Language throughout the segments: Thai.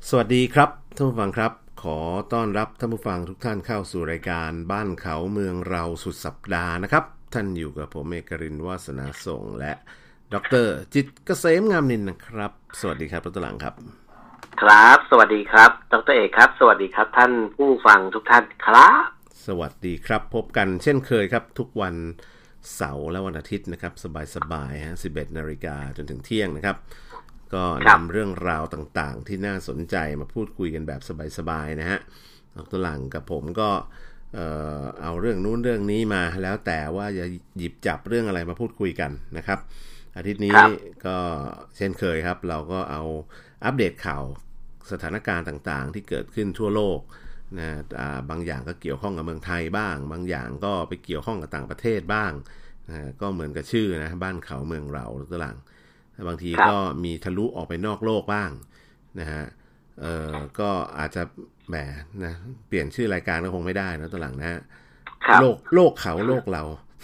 สวัสดีครับท่านผู้ฟังครับขอต้อนรับท่านผู้ฟังทุกท่านเข้าสู่รายการบ้านเขาเมืองเราสุดสัปดาห์นะครับท่านอยู่กับผมเอกรินทร์วาสนาส่งและดร.จิตรเกษมงามนินนะครับสวัสดีครับดร.หลังครับครับสวัสดีครับดร.เอกครับสวัสดีครับท่านผู้ฟังทุกท่านครับสวัสดีครับพบกันเช่นเคยครับทุกวันเสาร์และวันอาทิตย์นะครับสบายๆฮะ 11:00 น.จนถึงเที่ยงนะครับก็นำเรื่องราวต่างๆที่น่าสนใจมาพูดคุยกันแบบสบายๆนะฮะดร.หลังกับผมก็เอาเรื่องนู้นเรื่องนี้มาแล้วแต่ว่าจะหยิบจับเรื่องอะไรมาพูดคุยกันนะครับอาทิตย์นี้ก็เช่นเคยครับเราก็เอาอัปเดตข่าวสถานการณ์ต่างๆที่เกิดขึ้นทั่วโลกนะบางอย่างก็เกี่ยวข้องกับเมืองไทยบ้างบางอย่างก็ไปเกี่ยวข้องกับต่างประเทศบ้างก็เหมือนกับชื่อนะบ้านเขาเมืองเราดร.หลังบางทีก็มีทะลุออกไปนอกโลกบ้างนะฮะก็อาจจะแหมนะเปลี่ยนชื่อรายการก็คงไม่ได้นะตอนหลังนะฮะโลกเขาโลกเรา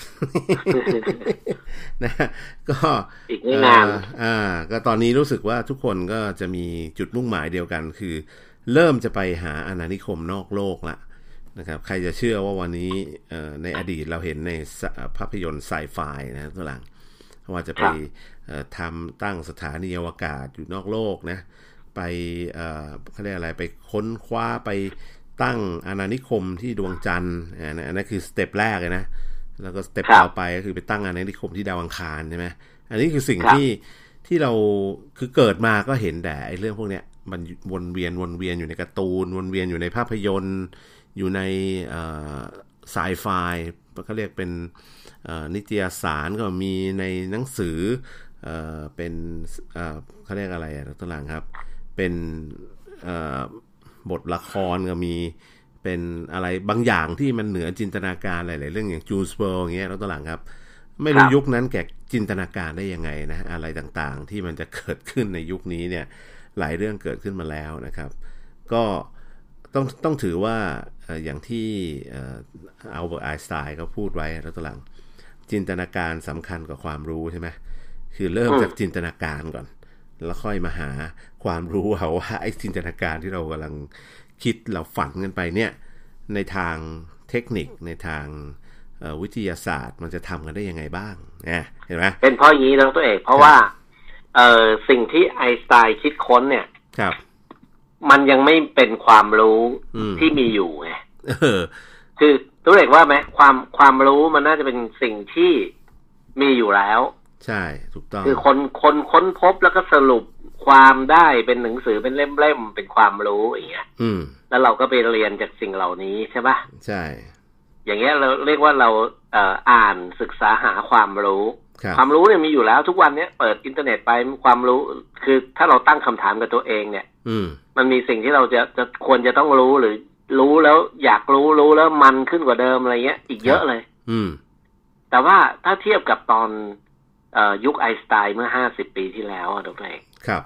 นะก็อีกไม่นานก็ตอนนี้รู้สึกว่าทุกคนก็จะมีจุดมุ่งหมายเดียวกันคือเริ่มจะไปหาอาณานิคมนอกโลกละนะครับใครจะเชื่อว่าวันนี้ในอดีตเราเห็นในภาพยนตร์ไซไฟนะตอนหลังว่าจะไปตั้งสถานีอวกาศอยู่นอกโลกนะไปเขาเรียกอะไรไปค้นคว้าไปตั้งอาณานิคมที่ดวงจันทร์อันนั้นคือสเต็ปแรกเลยนะแล้วก็สเต็ปต่อไปก็คือไปตั้งอาณานิคมที่ดาวอังคารใช่ไหมอันนี้คือสิ่งที่เราคือเกิดมาก็เห็นแต่เรื่องพวกเนี้ยมันวนเวียนอยู่ในการ์ตูนวนเวียนอยู่ในภาพยนตร์อยู่ในไซไฟเขาเรียกเป็นนิตยสารก็มีในหนังสือเป็นเขาเรียกอะไรตัวหลังครับเป็นบทละครก็มีเป็นอะไรบางอย่างที่มันเหนือจินตนาการหลายๆเรื่องอย่างจูสเวิร์อย่างเงี้ยตัวหลังครับไม่รู้ยุคนั้นแกจินตนาการได้ยังไงนะอะไรต่างๆที่มันจะเกิดขึ้นในยุคนี้เนี่ยหลายเรื่องเกิดขึ้นมาแล้วนะครับก็ต้องถือว่าอย่างที่อัลเบิร์ตไอน์สไตน์เขาพูดไว้แล้วตัวหลังจินตนาการสำคัญกว่าความรู้ใช่ไหมคือเริ่มจากจินตนาการก่อนแล้วค่อยมาหาความรู้เอาว่าไอ้จินตนาการที่เรากำลังคิดเราฝันกันไปเนี่ยในทางเทคนิคในทางวิทยาศาสตร์มันจะทำกันได้ยังไงบ้างเห็นไหมเป็นเพราะอย่างนี้นะตัวเอกเพราะว่าสิ่งที่ไอน์สไตน์คิดค้นเนี่ยครับมันยังไม่เป็นความรู้ที่มีอยู่ไงคือตัวเอกว่าไหมความรู้มันน่าจะเป็นสิ่งที่มีอยู่แล้วใช่ถูกต้องคือคนค้นพบแล้วก็สรุปความได้เป็นหนังสือเป็นเล่มๆเป็นความรู้อย่างเงี้ยแล้วเราก็ไปเรียนจากสิ่งเหล่านี้ใช่ป่ะใช่อย่างเงี้ยเราเรียกว่าเราอ่านศึกษาหาความรู้เนี่ยมีอยู่แล้วทุกวันเนี้ยเปิดอินเทอร์เน็ตไปความรู้คือถ้าเราตั้งคำถามกับตัวเองเนี่ยมันมีสิ่งที่เราจะควรจะต้องรู้หรือรู้แล้วอยากรู้แล้วมันขึ้นกว่าเดิมอะไรเงี้ยอีกเยอะเลยแต่ว่าถ้าเทียบกับตอนยุคไอน์สไตน์เมื่อ50 ปีที่แล้วดร.เอกครับ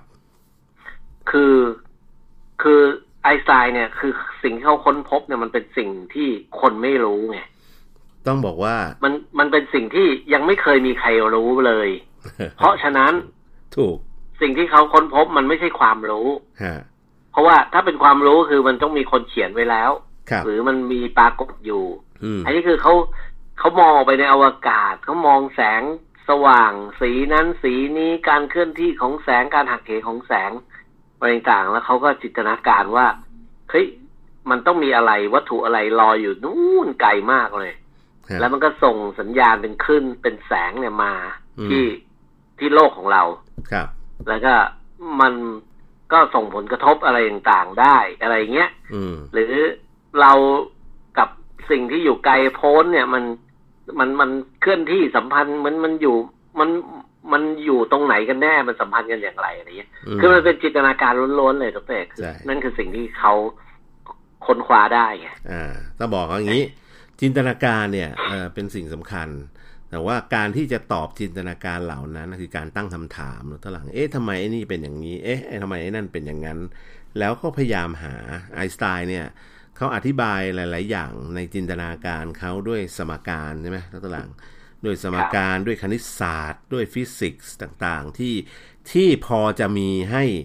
คือไอน์สไตน์เนี่ยคือสิ่งที่เขาค้นพบเนี่ยมันเป็นสิ่งที่คนไม่รู้ไงต้องบอกว่ามันเป็นสิ่งที่ยังไม่เคยมีใครรู้เลย เพราะฉะนั้นถูกสิ่งที่เขาค้นพบมันไม่ใช่ความรู้เพราะว่าถ้าเป็นความรู้คือมันต้องมีคนเขียนไว้แล้วหรือมันมีปรากฏอยู่อันนี้คือเขามองไปในอวกาศเขามองแสงสว่างสีนั้นสีนี้การเคลื่อนที่ของแสงการหักเหของแสงอะไรต่างๆแล้วเขาก็จินตนาการว่าเฮ้ยมันต้องมีอะไรวัตถุอะไรลอยอยู่นู่นไกลมากเลยแล้วมันก็ส่งสัญญาณเป็นคลื่นเป็นแสงเนี่ยมาที่โลกของเราครับแล้วก็มันก็ส่งผลกระทบอะไรต่างๆได้อะไรเงี้ยหรือเรากับสิ่งที่อยู่ไกลโพ้นเนี่ยมันเคลื่อนที่สัมพันธ์มันอยู่ตรงไหนกันแน่มันสัมพันธ์กันอย่างไรอะไรเงี้ยคือมันเป็นจินตนาการล้วนๆเลยทุกเรื่องนั่นคือสิ่งที่เขาค้นคว้าได้ไงต้องบอกอย่างนี้จินตนาการเนี่ยเป็นสิ่งสำคัญแต่ว่าการที่จะตอบจินตนาการเหล่านั้นคือการตั้งคำถามแล้วตอนหลังทำไมไอ้นี่เป็นอย่างนี้ทำไมไอ้นั่นเป็นอย่างนั้นแล้วก็พยายามหาไอน์สไตน์เนี่ยเขาอธิบายหลายๆอย่างในจินตนาการเขาด้วยสมการใช่ไหมแล้วตอนหลังด้วยสมการด้วยคณิตศาสตร์ด้วยฟิสิกส์ต่างๆที่พอจะมีให้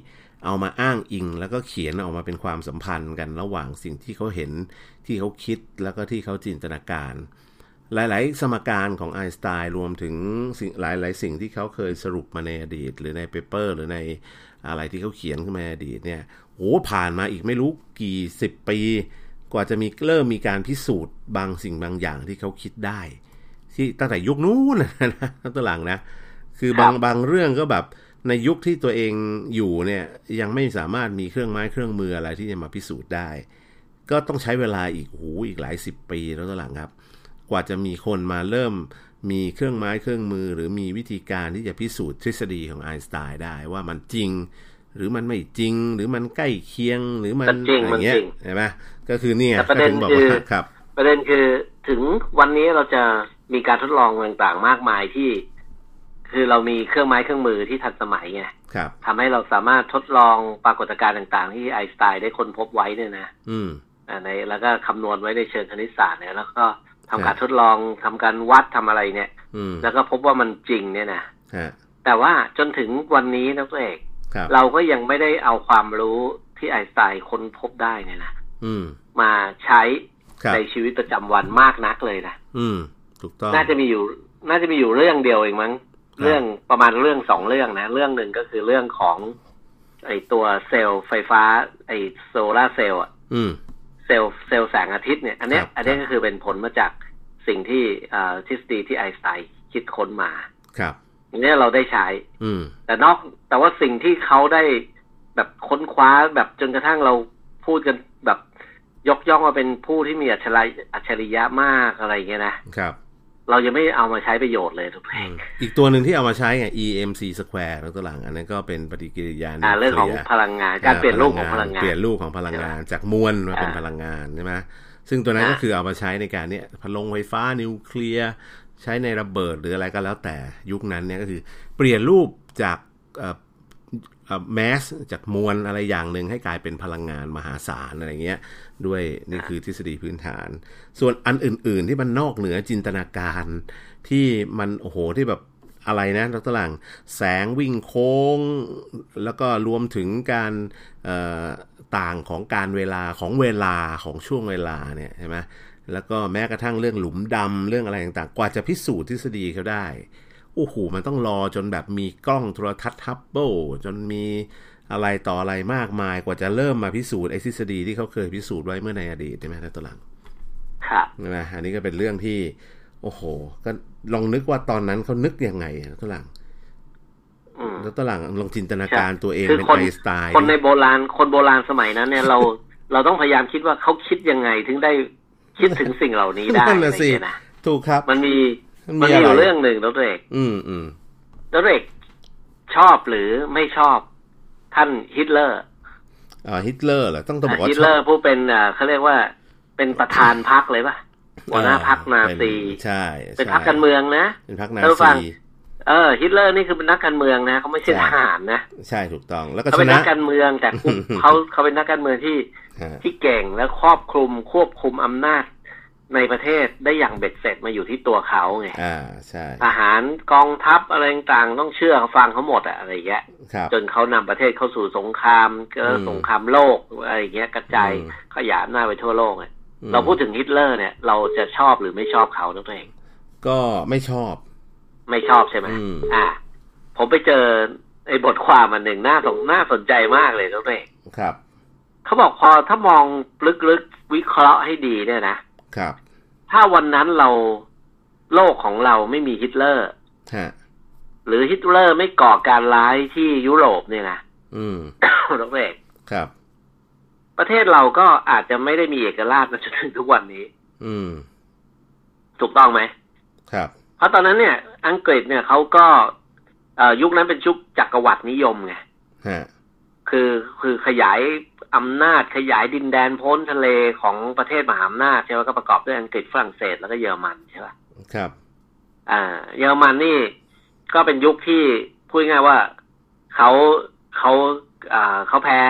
เอามาอ้างอิงแล้วก็เขียนออกมาเป็นความสัมพันธ์กันระหว่างสิ่งที่เขาเห็นที่เขาคิดแล้วก็ที่เขาจินตนาการหลายๆสมการของไอน์สไตน์รวมถึงสิ่งหลายๆสิ่งที่เขาเคยสรุปมาในอดีตหรือในเปเปอร์หรือในอะไรที่เขาเขียนขึ้นมาในอดีตเนี่ยโอ้ผ่านมาอีกไม่รู้กี่10 ปีกว่าจะเริ่มมีการพิสูจน์บางสิ่งบางอย่างที่เขาคิดได้ที่ตั้งแต่ยุคนู้นนะตั้งหลังนะคือบางเรื่องก็แบบในยุคที่ตัวเองอยู่เนี่ยยังไม่สามารถมีเครื่องไม้เครื่องมืออะไรที่จะมาพิสูจน์ได้ก็ต้องใช้เวลาอีกหลาย10 ปีแล้วตั้งหลังครับกว่าจะมีคนมาเริ่มมีเครื่องไม้เครื่องมือหรือมีวิธีการที่จะพิสูจน์ทฤษฎีของไอน์สไตน์ได้ว่ามันจริงหรือมันไม่จริงหรือมันใกล้เคียงหรือมันอย่างเงี้ยใช่ไหมก็คือเนี่ยประเด็นคือประเด็นคือถึงวันนี้เราจะมีการทดลองต่างๆมากมายที่คือเรามีเครื่องไม้เครื่องมือที่ทันสมัยไงทำให้เราสามารถทดลองปรากฏการณ์ต่างๆที่ไอน์สไตน์ได้ค้นพบไว้เนี่ยนะในแล้วก็คำนวณไว้ในเชิงคณิตศาสตร์เนี่ยแล้วก็ทำการทดลองทำการวัดทำอะไรเนี่ยแล้วก็พบว่ามันจริงเนี่ยนะแต่ว่าจนถึงวันนี้นะตัวเอกเราก็ยังไม่ได้เอาความรู้ที่ไอน์สไตน์ค้นพบได้เนี่ยนะมาใช้ในชีวิตประจำวันมากนักเลยนะถูกต้องน่าจะมีอยู่เรื่องเดียวเองมั้งเรื่องประมาณเรื่อง2เรื่องนะเรื่องหนึ่งก็คือเรื่องของไอตัวเซลล์ไฟฟ้าไอโซลาร์เซลล์อ่ะเซลล์แสงอาทิตย์เนี่ยอันนี้ก็คือเป็นผลมาจากสิ่งที่ทฤษฎีที่ไอน์สไตน์คิดค้นมาครับอันนี้เราได้ใช้แต่ว่าสิ่งที่เขาได้แบบค้นคว้าแบบจนกระทั่งเราพูดกันแบบยกย่องว่าเป็นผู้ที่มีอัจฉริยะมากอะไรเงี้ยนะครับเรายังไม่เอามาใช้ประโยชน์เลยทุกท่านอีกตัวหนึ่งที่เอามาใช้ไง EMC square แล้วตัวหลังอันนั้นก็เป็นปฏิกิริยาเรื่องของพลังงานการเปลี่ยนรูปของพลังงานเปลี่ยนรูปของพลังงานจากมวลมาเป็นพลังงานใช่ไหมซึ่งตัวนั้นก็คือเอามาใช้ในการเนี่ยพลังไฟฟ้านิวเคลียร์ใช้ในระเบิดหรืออะไรก็แล้วแต่ยุคนั้นเนี่ยก็คือเปลี่ยนรูปจากแมสจากมวลอะไรอย่างหนึ่งให้กลายเป็นพลังงานมหาศาลอะไรเงี้ยด้วยนี่คือทฤษฎีพื้นฐานส่วนอันอื่นๆที่มันนอกเหนือจินตนาการที่มันโอ้โหที่แบบอะไรนะดร.หลังแสงวิ่งโค้งแล้วก็รวมถึงการต่างของการเวลาของช่วงเวลาเนี่ยใช่ไหมแล้วก็แม้กระทั่งเรื่องหลุมดำเรื่องอะไรต่างๆกว่าจะพิสูจน์ทฤษฎีเขาได้โอ้โหมันต้องรอจนแบบมีกล้องโทรทัศน์ฮับเบิลจนมีอะไรต่ออะไรมากมายกว่าจะเริ่มมาพิสูจน์ไอ้ทฤษฎีที่เขาเคยพิสูจน์ไว้เมื่อในอดีตใช่ไหมตัวหลังครับนะอันนี้ก็เป็นเรื่องที่โอ้โหก็ลองนึกว่าตอนนั้นเขานึกยังไงตัวหลังแล้วตัวหลังลองจินตนาการตัวเองเป็นไอน์สไตน์คนโบราณสมัยนั้นเนี่ยเราต้องพยายามคิดว่าเขาคิดยังไงถึงได้คิดถึงสิ่งเหล่านี้ได้นั่นแหละสิถูกครับมันมีอยู่เรื่องหนึ่งดร.เอกดร.เอกชอบหรือไม่ชอบท่านฮิตเลอร์ฮิตเลอร์เหรอต้องบอกว่าฮิตเลอร์ผู้เป็นเขาเรียกว่าเป็นประธานพรรคเลยป่ะหัวหน้าพรรคนาซีใช่เป็นพรรคการเมืองนะเป็นพรรคนาซีฮิตเลอร์นี่คือเป็นนักการเมืองนะเขาไม่ใช่ทหารนะใช่ถูกต้องแล้วก็เขาเป็นนักการเมืองแต่เขาเป็นนักการเมืองที่เก่งและควบคุมอำนาจในประเทศได้อย่างเบ็ดเสร็จมาอยู่ที่ตัวเขาไงใช่ทหารกองทัพอะไรต่างๆต้องเชื่อฟังเขาหมดอะไรอย่างเงี้ยจนเขานำประเทศเข้าสู่สงครามสงครามโลกอะไรอย่างเงี้ยกระจายขยายอำนาจไปทั่วโลกเลยเราพูดถึงฮิตเลอร์เนี่ยเราจะชอบหรือไม่ชอบเขาตัวเองก็ไม่ชอบใช่ไหมผมไปเจอไอ้บทความอันหนึ่งน่าสนใจมากเลยตัวเองครับเขาบอกพอถ้ามองลึกๆวิเคราะห์ให้ดีเนี่ยนะครับถ้าวันนั้นโลกของเราไม่มีฮิตเลอร์หรือฮิตเลอร์ไม่ก่อการร้ายที่ยุโรปเนี่ยนะดร.เอกครับประเทศเราก็อาจจะไม่ได้มีเอกราชมาจนถึงทุกวันนี้ถูกต้องไหมครับเพราะตอนนั้นเนี่ยอังกฤษเนี่ยเขาก็ยุคนั้นเป็นยุคจักรวรรดินิยมไงคือขยายอำนาจขยายดินแดนพ้นทะเลของประเทศมหาอำนาจใช่ไหมก็ประกอบด้วยอังกฤษฝรั่งเศสแล้วก็เยอรมันใช่ป่ะครับเยอรมันนี่ก็เป็นยุคที่พูดง่ายว่าเขาแพ้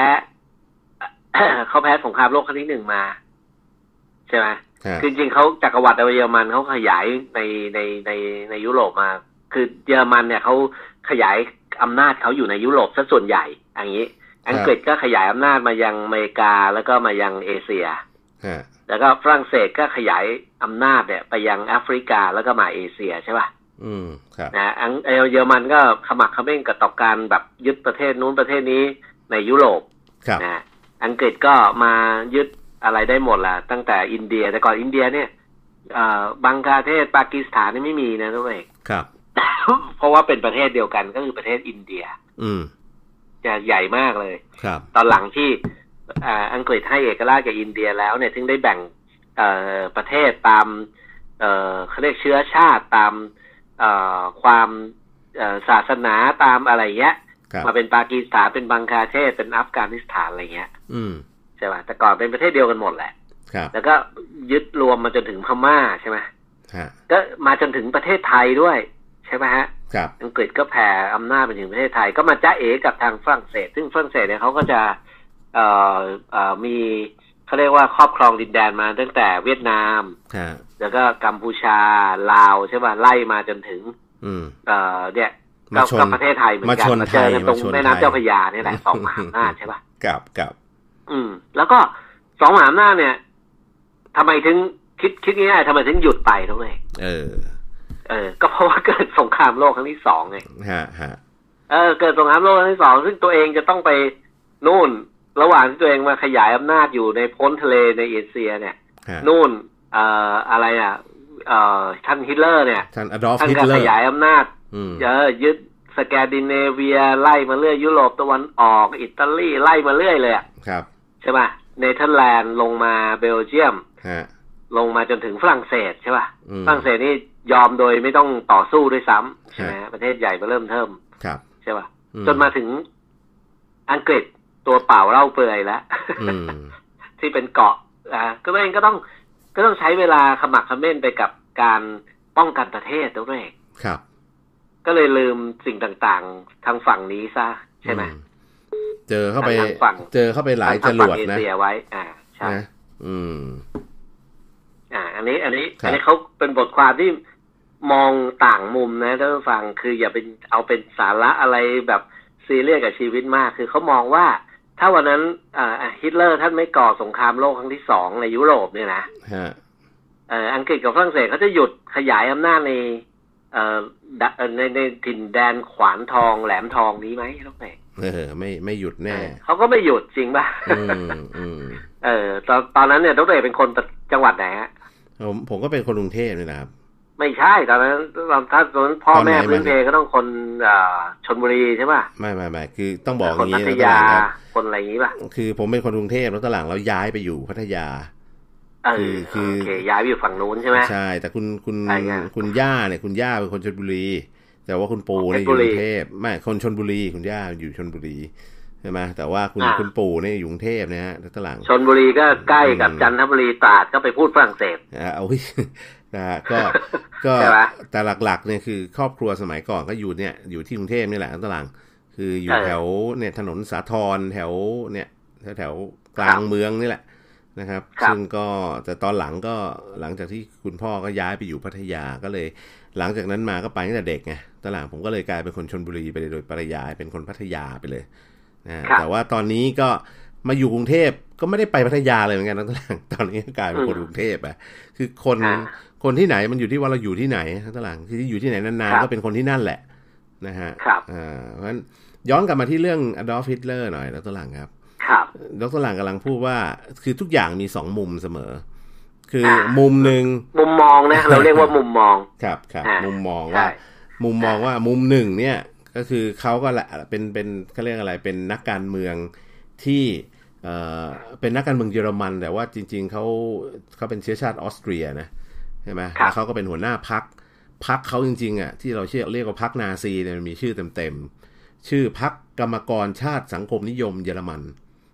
สงครามโลกครั้งที่1มาใช่ไหมคือจริงๆเขาจักรวรรดิเยอรมันเขาขยายในยุโรปมาคือเยอรมันเนี่ยเขาขยายอำนาจเขาอยู่ในยุโรปซะส่วนใหญ่อย่างนี้อังกฤษก็ขยายอำนาจมายังอเมริกาแล้วก็มายังเอเชียแล้วก็ฝรั่งเศสก็ขยายอำนาจเนี่ยไปยังแอฟริกาแล้วก็มาเอเชียใช่ป่ะครับนะเยอรมันก็ขมักเขม้นกับต่อการแบบยึดประเทศนู้นประเทศนี้ในยุโรปนะอังกฤษก็มายึดอะไรได้หมดละตั้งแต่อินเดียแต่ก่อนอินเดียเนี่ยบังคลาเทศปากีสถานนี่ไม่มีนะทุกท่านครับเพราะว่าเป็นประเทศเดียวกันก็คือประเทศอินเดียจะใหญ่มากเลยครับตอนหลังที่อังกฤษให้เอกราชกับอินเดียแล้วเนี่ยถึงได้แบ่งประเทศตามเขาเรียกเชื้อชาติตามความศาสนาตามอะไรเงี้ยมาเป็นปากีสถานเป็นบังคลาเทศเป็นอัฟกานิสถานอะไรเงี้ยใช่ป่ะแต่ก่อนเป็นประเทศเดียวกันหมดแหละแล้วก็ยึดรวมมาจนถึงพม่าใช่ไหมก็มาจนถึงประเทศไทยด้วยใช่ไหมฮะอังกฤษก็แผ่อำนาจไปถึงประเทศไทยก็มาจ้าเอ๋กับทางฝรั่งเศสซึ่งฝรั่งเศสเนี่ยเขาก็จะมีเขาเรียกว่าครอบครองดินแดนมาตั้งแต่เวียดนามแล้วก็กัมพูชาลาวใช่ป่ะไล่มาจนถึงเนี่ยกับประเทศไทยเหมือนกันมาเจอกันตรงแม่น้ำเจ้าพระยาเนี่ยแหละสองมหาอำนาจใช่ป่ะกับแล้วก็สองมหาอำนาจเนี่ยทำไมถึงคิดง่ายๆทำไมถึงหยุดไปตรงไหนก็เพราะว่าเกิดสงครามโลกครั้งที่สองไงเกิดสงครามโลกครั้งที่สองซึ่งตัวเองจะต้องไปนู่นระหว่างที่ตัวเองมาขยายอำนาจอยู่ในพ้นทะเลในเอเชียเนี่ยนู่นอะไรท่านฮิตเลอร์เนี่ยท่านอดอล์ฟฮิตเลอร์ขยายอำนาจยึดสแกนดิเนเวียไล่มาเรื่อยยุโรปตะวันออกอิตาลีไล่มาเรื่อยเลยใช่ป่ะเนเธอร์แลนด์ลงมาเบลเยียมลงมาจนถึงฝรั่งเศสใช่ป่ะฝรั่งเศสนี่ยอมโดยไม่ต้องต่อสู้ด้วยซ้ำใช่ไหมประเทศใหญ่มาเริ่มเทิมใช่ป่ะจนมาถึงอังกฤษตัวเปล่าเล่าเปื่อยแล้วที่เป็นเกาะก็เองก็ต้องใช้เวลาขมักเขม้นไปกับการป้องกันประเทศตัวเองก็เลยลืมสิ่งต่างๆทางฝั่งนี้ซะใช่ไหมเจอเข้าไปหลายจรวดนะไว้ใช่อันนี้เขาเป็นบทความที่มองต่างมุมนะท่านผู้ฟังคืออย่าเป็นเอาเป็นสาระอะไรแบบซีเรียสกับชีวิตมากคือเขามองว่าถ้าวันนั้นฮิตเลอร์ท่านไม่ก่อสงครามโลกครั้งที่สองในยุโรปเนี่ยนะอังกฤษกับฝรั่งเศสเขาจะหยุดขยายอำนาจในในถิ่นแดนขวานทองแหลมทองนี้ไหมทุกท่านไม่หยุดแน่เขาก็ไม่หยุดจริงป่ะตอนนั้นเนี่ยทุกท่านเป็นคนจังหวัดไหนฮะผมก็เป็นคนกรุงเทพนี่นะครับไม่ใช่ตอนนั้นถ้าตอนนั้นพ่อแม่พื้นเพก็ต้องคนชลบุรีใช่ป่ะไม่คือต้องบอกอย่างนี้นะคนอะไรอย่างนี้ป่ะคือผมเป็นคนกรุงเทพแล้วตอนหลังเราย้ายไปอยู่พัทยาคือย้ายไปอยู่ฝั่งนู้นใช่ไหมใช่แต่คุณย่าเนี่ยคุณย่าเป็นคนชลบุรีแต่ว่าคุณปู่เนี่ยอยู่กรุงเทพไม่คนชลบุรีคุณย่าอยู่ชลบุรีใช่ไหมแต่ว่าคุณปู่เนี่ยอยู่กรุงเทพนะฮะตอนหลังชลบุรีก็ใกล้กับจันทบุรีตราดก็ไปพูดฝรั่งเศสเอานะฮะก็แต่หลักๆเนี่ยคือครอบครัวสมัยก่อนก็อยู่ที่กรุงเทพนี่แหละตอนหลังคืออยู่แถวเนี่ยถนนสาทรแถวเนี่ยแถวกลางเมืองนี่แหละนะครับซึ่งก็แต่ตอนหลังจากที่คุณพ่อก็ย้ายไปอยู่พัทยาก็เลยหลังจากนั้นมาก็ไปตั้งแต่เด็กไงตอนหลังผมก็เลยกลายเป็นคนชลบุรีไปเลยโดยปริยายเป็นคนพัทยาไปเลยนะแต่ว่าตอนนี้ก็มาอยู่กรุงเทพก็ไม่ได้ไปพัทยาเลยเหมือนกันตอนนี้กลายเป็นคนกรุงเทพอ่ะคือคนที่ไหนมันอยู่ที่ว่าเราอยู่ที่ไหนตอนหลังคือที่อยู่ที่ไหนนานๆก็เป็นคนที่นั่นแหละนะฮะเพราะฉะนั้นย้อนกลับมาที่เรื่องอดอล์ฟ ฮิตเลอร์หน่อยแล้วตอนหลังครับดร.หลังกำลังพูดว่าคือทุกอย่างมีสองมุมเสมอคือมุมหนึ่งมุมมองนะเราเรียกว่ามุมมองครับมุมมองว่ามุมหนึ่งเนี่ยก็คือเขาก็เป็นเขาเรียกอะไรเป็นนักการเมืองที่เป็นนักการเมืองเยอรมันแต่ว่าจริงๆเขาเป็นเชื้อชาติออสเตรียนะใช่ไหมแล้วเขาก็เป็นหัวหน้าพรรคเขาจริงๆอ่ะที่เราเรียกว่าพรรคนาซีเนี่ยมีชื่อเต็มๆชื่อพรรคกรรมกรชาติสังคมนิยมเยอรมัน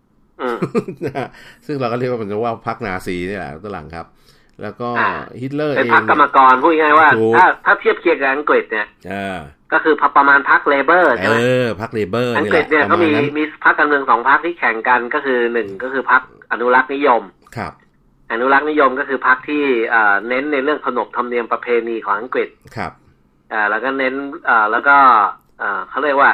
ซึ่งเราก็เรียกว่าเป็นว่าพรรคนาซีนี่แหละตอนหลังครับแล้วก็ฮิตเลอร์เองเป็นพรรคกรรมกรพูดง่ายๆว่าถ้าเทียบเคียงกับอังกฤษเนี่ยก็คือประมาณพรรคเลเบอร์ใช่ไหมพรรคเลเบอร์อังกฤษเนี่ยก็มีพรรคการเมืองสองพรรคที่แข่งกันก็คือหนึ่งก็คือพรรคอนุรักษ์นิยมครับอนุรักษ์นิยมก็คือพรรคที่เน้นในเรื่องขนบธรรมเนียมประเพณีของอังกฤษครับแล้วก็เน้นแล้วก็เขาเรียกว่า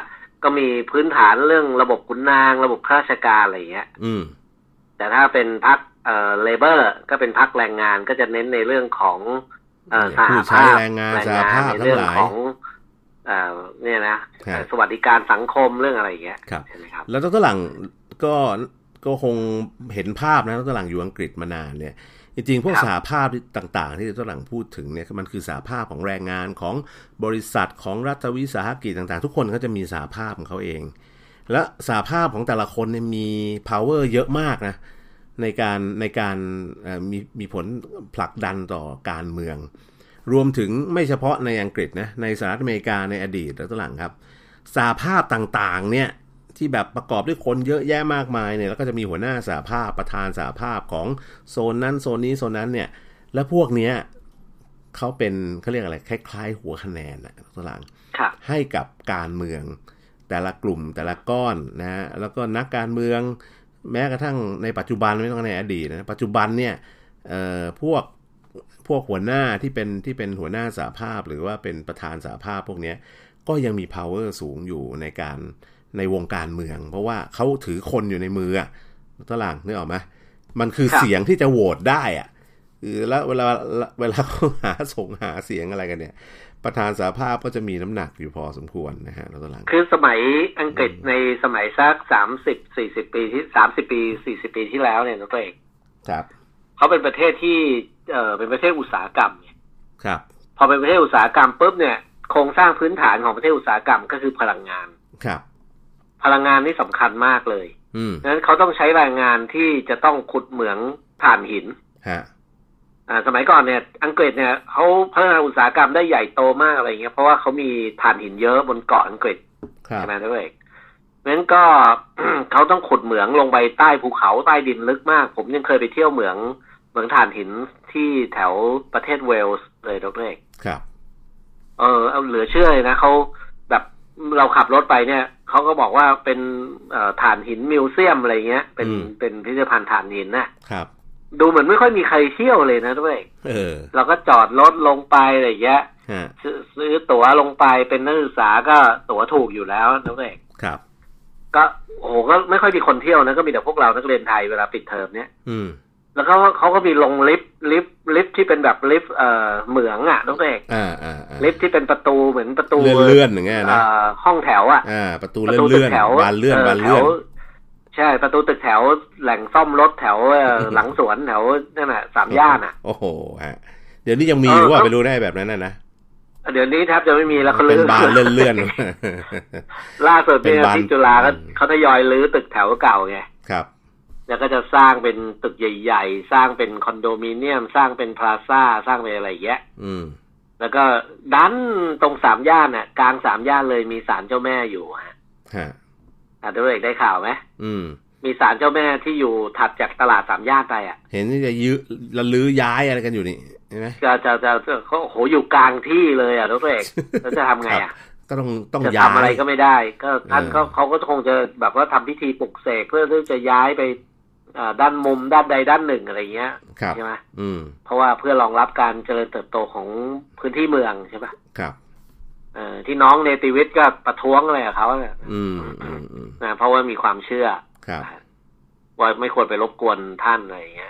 ก็มีพื้นฐานเรื่องระบบขุนนางระบบข้าราชการอะไรอย่างเงี้ยแต่ถ้าเป็นพรรคเลเบอร์ก็เป็นพรรคแรงงานก็จะเน้นในเรื่องของสหภาพแรงงานในเรื่องของเนี่ยนะสวัสดิการสังคมเรื่องอะไรอย่างเงี้ยใช่ไหมครับแล้วดร.หลังก็คงเห็นภาพนะดร.หลังอยู่อังกฤษมานานเนี่ยจริงๆพวกสหภาพต่างๆที่ดร.หลังพูดถึงเนี่ยมันคือสหภาพของแรงงานของบริษัทของรัฐวิสาหกิจต่างๆทุกคนเขาจะมีสหภาพของเขาเองและสหภาพของแต่ละคนเนี่ยมี power เยอะมากนะในการมีผลผลักดันต่อการเมืองรวมถึงไม่เฉพาะในอังกฤษนะในสหรัฐอเมริกาในอดีตแล้วต่างครับสหภาพต่างๆเนี่ยที่แบบประกอบด้วยคนเยอะแยะมากมายเนี่ยแล้วก็จะมีหัวหน้าสหภาพประธานสหภาพของโซนนั้นโซนนี้โซนนั้นเนี่ยและพวกเนี้ยเขาเรียกอะไรคล้ายๆหัวคะแนนนะตัวหลังให้กับการเมืองแต่ละกลุ่มแต่ละก้อนนะแล้วก็นักการเมืองแม้กระทั่งในปัจจุบันไม่ต้องในอดีตนะปัจจุบันเนี่ยพวกหัวหน้าที่เป็นหัวหน้าสหภาพหรือว่าเป็นประธานสหภาพพวกนี้ก็ยังมี power สูงอยู่ในวงการเมืองเพราะว่าเขาถือคนอยู่ในมืออ่ะตลาดนึกออกไหมมันคือเสียงที่จะโหวตได้อ่ะแล้วเวลาเขาหาเสียงอะไรกันเนี่ยประธานสหภาพก็จะมีน้ำหนักอยู่พอสมควรนะฮะแล้วตลาดคือสมัยอังกฤษในสมัยสัก30-40 ปีที่30 ปี 40 ปีที่แล้วเนี่ยตัวเองครับเขาเป็นประเทศที่เป็นประเทศอุตสาหกรรมเนี่ยครับพอเป็นประเทศอุตสาหกรรมปุ๊บเนี่ยโครงสร้างพื้นฐานของประเทศอุตสาหกรรมก็คือพลังงานครับพลังงานนี่สำคัญมากเลยดังนั้นเขาต้องใช้แรงงานที่จะต้องขุดเหมืองถ่านหินสมัยก่อนเนี่ยอังกฤษเนี่ยเขาพัฒนาอุตสาหกรรมได้ใหญ่โตมากอะไรเงี้ยเพราะว่าเขามีถ่านหินเยอะบนเกาะอังกฤษใช่ไหมด้วยงั้นก็ เขาต้องขุดเหมืองลงไปใต้ภูเขาใต้ดินลึกมากผมยังเคยไปเที่ยวเหมืองถ่านหินที่แถวประเทศเวลส์เลยดร.เอกครับเอาเหลือเชื่อเลยนะเขาแบบเราขับรถไปเนี่ยเขาก็บอกว่าเป็นถ่านหินมิวเซียมอะไรเงี้ยเป็นพิพิธภัณฑ์ถ่านหินนะครับดูเหมือนไม่ค่อยมีใครเที่ยวเลยนะด้วยเราก็จอดรถลงไปอะไรเงี้ยซื้อตั๋วลงไปเป็นนักศึกษาก็ตั๋วถูกอยู่แล้วนะด้วยครับก็โอ้โหก็ไม่ค่อยมีคนเที่ยวนะก็มีแต่พวกเรานักเรียนไทยเวลาปิดเทอมเนี่ยแล้วเขาก็มีลงลิฟต์ที่เป็นแบบลิฟต์เหมืองอ่ะน้องเอกลิฟต์ที่เป็นประตูเหมือนประตูเลื่อนอย่างเงี้ยนะห้องแถวอ่ะประตูเลื่อนบานเลื่อนใช่ประตูตึกแถวแหล่งซ่อมรถแถวหลังสวนแถวนั่นน่ะ3 ย่านอ่ะโอ้โหฮะเดี๋ยวนี้ยังมีหรือว่าไปรู้ได้แบบนั้นนะเดี๋ยวนี้แทบจะไม่มีแล้วเขาลื้อบานเลื่อนล่าสุดเนี่ยที่จุฬาเขาทยอยลื้อตึกแถวเก่าไงครับแล้วก็จะสร้างเป็นตึกใหญ่ๆสร้างเป็นคอนโดมิเนียมสร้างเป็นพลาซ่าสร้างเป็นอะไรอย่างเงี้ยแล้วก็ดันตรง3 ย่านน่ะกลาง3 ย่านเลยมีศาลเจ้าแม่อยู่ฮะด้วยได้ข่าวไหมมีศาลเจ้าแม่ที่อยู่ถัดจากตลาด3 ย่านไปอ่ะเห็นนี่จะลื้อย้ายอะไรกันอยู่นี่ใช่ไหมจะเขาโหอยู่กลางที่เลยอ่ะทุกเอกแล้วจะทำไงอ่ะก็ต้องย้ายจะทำอะไรก็ไม่ได้ก็ท่านเขาก็คงจะแบบว่าทำพิธีปลุกเสกเพื่อที่จะย้ายไปด้านมุมด้านใดด้านหนึ่งอะไรเงี้ยใช่ไหมเพราะว่าเพื่อรองรับการเจริญเติบโตของพื้นที่เมืองใช่ปะครับที่น้องเนติวิทย์ก็ประท้วงอะไรกับเขาเนี่ยนะเพราะว่ามีความเชื่อว่าไม่ควรไปรบกวนท่านอะไรเงี้ย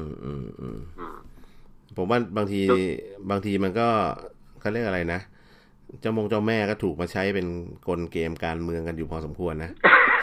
ผมว่าบางทีมันก็เขาเรียกอะไรนะเจ้าแม่ก็ถูกมาใช้เป็นกลเกมการเมืองกันอยู่พอสมควรนะ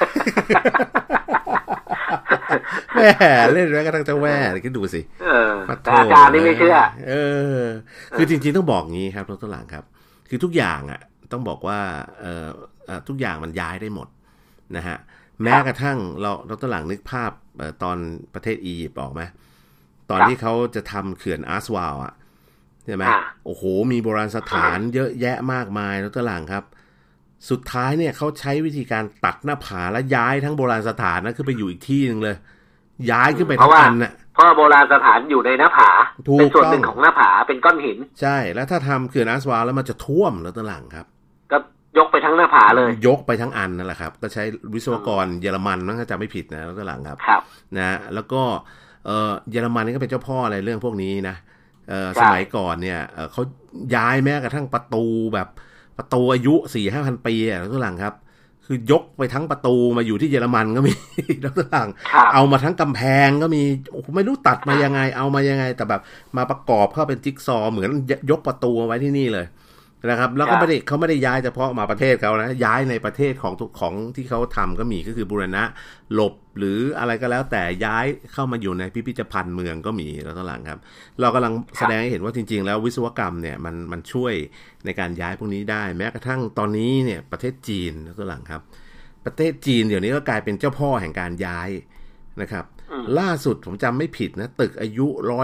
แม่เล่นแล้วก็ตั้งเจ้าแม่คิดดูสิอาจารย์นี่ไม่เชื่อคือจริงๆต้องบอกงี้ครับดร.หลังครับคือทุกอย่างอ่ะต้องบอกว่าทุกอย่างมันย้ายได้หมดนะฮะแม้กระทั่งดร.หลังนึกภาพตอนประเทศอียิปต์ออกไหมตอนที่เขาจะทำเขื่อนอาสวาลอ่ะใช่ไหมโอ้โหมีโบราณสถานเยอะแยะมากมายดร.หลังครับสุดท้ายเนี่ยเขาใช้วิธีการตัดหน้าผาและย้ายทั้งโบราณสถานนั้นขึ้นไปอยู่อีกที่นึงเลยย้ายขึ้นไปทั้งอันน่ะเพราะโบราณสถานอยู่ในหน้าผาเป็นส่วนหนึ่งของหน้าผาเป็นก้อนหินใช่แล้วถ้าทำเขื่อนอาสวาลแล้วมันจะท่วมดร.หลังครับก็ยกไปทั้งหน้าผาเลยยกไปทั้งอันนั่นแหละครับก็ใช้วิศวกรเยอรมันถ้าจำไม่ผิดนะดร.หลังครับนะแล้วก็เยอรมันนี่ก็เป็นเจ้าพ่ออะไรเรื่องพวกนี้นะสมัยก่อนเนี่ยเขาย้ายแม้กระทั่งประตูแบบประตูอายุ 4-5,000 ปีอ่ะทุกหลังครับคคือยกไปทั้งประตูมาอยู่ที่เยอรมันก็มีแล้วต่างเอามาทั้งกำแพงก็มีไม่รู้ตัดมายังไงเอามายังไงแต่แบบมาประกอบเข้าเป็นจิ๊กซอว์เหมือนยกประตูไว้ที่นี่เลยนะครับแล้วก็เขาไม่ได้ย้ายเฉพาะมาประเทศเขานะย้ายในประเทศของที่เขาทำก็มีก็คือบูรณะหลบหรืออะไรก็แล้วแต่ย้ายเข้ามาอยู่ในพิพิธภัณฑ์เมืองก็มีแล้วต่างครับเรากำลังแสดงให้เห็นว่าจริงๆแล้ววิศวกรรมเนี่ยมันช่วยในการย้ายพวกนี้ได้แม้กระทั่งตอนนี้เนี่ยประเทศจีนแล้วต่างครับประเทศจีนเดี๋ยวนี้ก็กลายเป็นเจ้าพ่อแห่งการย้ายนะครับล่าสุดผมจำไม่ผิดนะตึกอายุ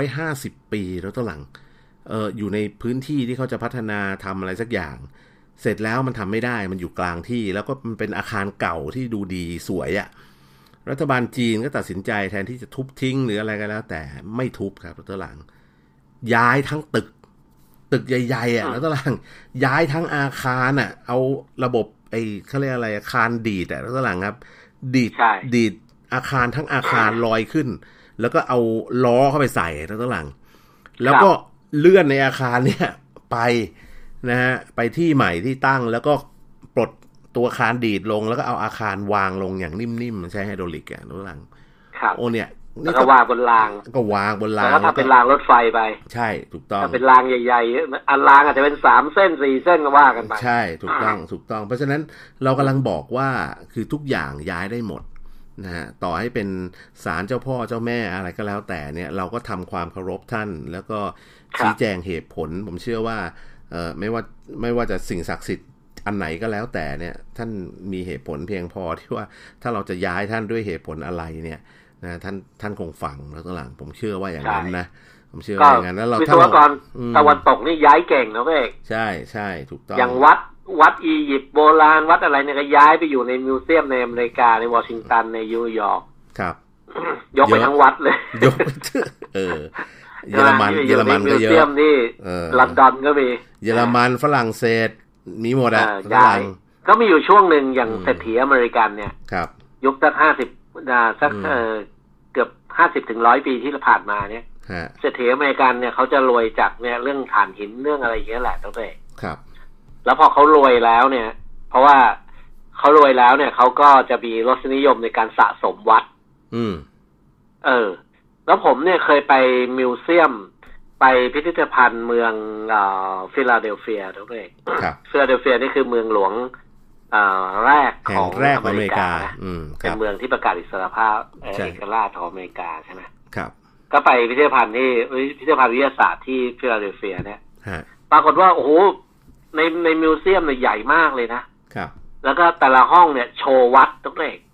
150 ปีแล้วต่างอยู่ในพื้นที่ที่เขาจะพัฒนาทำอะไรสักอย่างเสร็จแล้วมันทำไม่ได้มันอยู่กลางที่แล้วก็มันเป็นอาคารเก่าที่ดูดีสวยอะรัฐบาลจีนก็ตัดสินใจแทนที่จะทุบทิ้งหรืออะไรก็แล้วแต่ไม่ทุบครับแล้วต่างย้ายทั้งตึกใหญ่ๆอะแล้วต่างย้ายทั้งอาคารอะเอาระบบเขาเรียกอะไรอาคารดีดอะแล้วต่างครับดีดอาคารทั้งอาคารลอยขึ้นแล้วก็เอาล้อเข้าไปใส่แล้วต่างแล้วก็เลื่อนในอาคารเนี่ยไปนะฮะไปที่ใหม่ที่ตั้งแล้วก็ปลดตัวอาคารดีดลงแล้วก็เอาอาคารวางลงอย่างนิ่มๆใช้ไฮดรอลิกอ่ะรู้หลังโอ้เนี่ยนี่ก็วางบนรางก็วางบนรางแล้วก็ทำเป็นรางรถไฟไปใช่ถูกต้องถ้าเป็นรางใหญ่ๆอันรางอาจจะเป็น3เส้น4เส้นก็ว่ากันไปใช่ถูกต้องเพราะฉะนั้นเรากำลังบอกว่าคือทุกอย่างย้ายได้หมดนะฮะต่อให้เป็นศาลเจ้าพ่อเจ้าแม่อะไรก็แล้วแต่เนี่ยเราก็ทำความเคารพท่านแล้วก็ชี้แจงเหตุผลผมเชื่อว่าไม่ว่าจะสิ่งศักดิ์สิทธิ์อันไหนก็แล้วแต่เนี่ยท่านมีเหตุผลเพียงพอที่ว่าถ้าเราจะย้ายท่านด้วยเหตุผลอะไรเนี่ยนะท่านคงฟังแล้วหลังผมเชื่อว่าอย่างนั้นนะผมเชื่อว่าอย่างนั้นแล้วเราวิศวกรตะวันตกนี่ย้ายเก่งนะเว้ยใช่ถูกต้องอย่างวัดอียิปต์โบราณวัดอะไรเนี่ยก็ย้ายไปอยู่ในมิวเซียมในอเมริกาในวอชิงตันในนิวยอร์กครับยกไปทั้งวัดเลยยกเยอรมันก็เยอะนี่ลอนดอนก็มีเยอรมันฝรั่งเศสมีหมดอ่ะก็มีอยู่ช่วงหนึ่งอย่างเศรษฐีอเมริกันเนี่ยยุคสักสักเกือบ50 ถึง 100 ปีที่ผ่านมาเนี่ยเศรษฐีอเมริกันเนี่ยเขาจะรวยจากเนี่ยเรื่องถ่านหินเรื่องอะไรอย่างเงี้ยแหละตั้งแต่แล้วพอเขารวยแล้วเนี่ยเพราะว่าเขารวยแล้วเนี่ยเขาก็จะมีรสนิยมในการสะสมวัดแล้วผมเนี่ยเคยไปมิวเซียมไปพิพิธภัณฑ์เมืองฟิลาเดลเฟียด้วยฟิลาเดลเฟียนี่คือเมืองหลวงแรกของอเมริกาเป็นเมืองที่ประกาศอิสรภาพเอกราชของอเมริกาใช่ไหมครับก็ไปพิพิธภัณฑ์ที่พิพิธภัณฑ์วิทยาศาสตร์ที่ฟิลาเดลเฟียเนี่ยปรากฏว่าโอ้โหในมิวเซียมเนี่ยใหญ่มากเลยนะครับแล้วก็แต่ละห้องเนี่ยโชว์วัดทุกเลข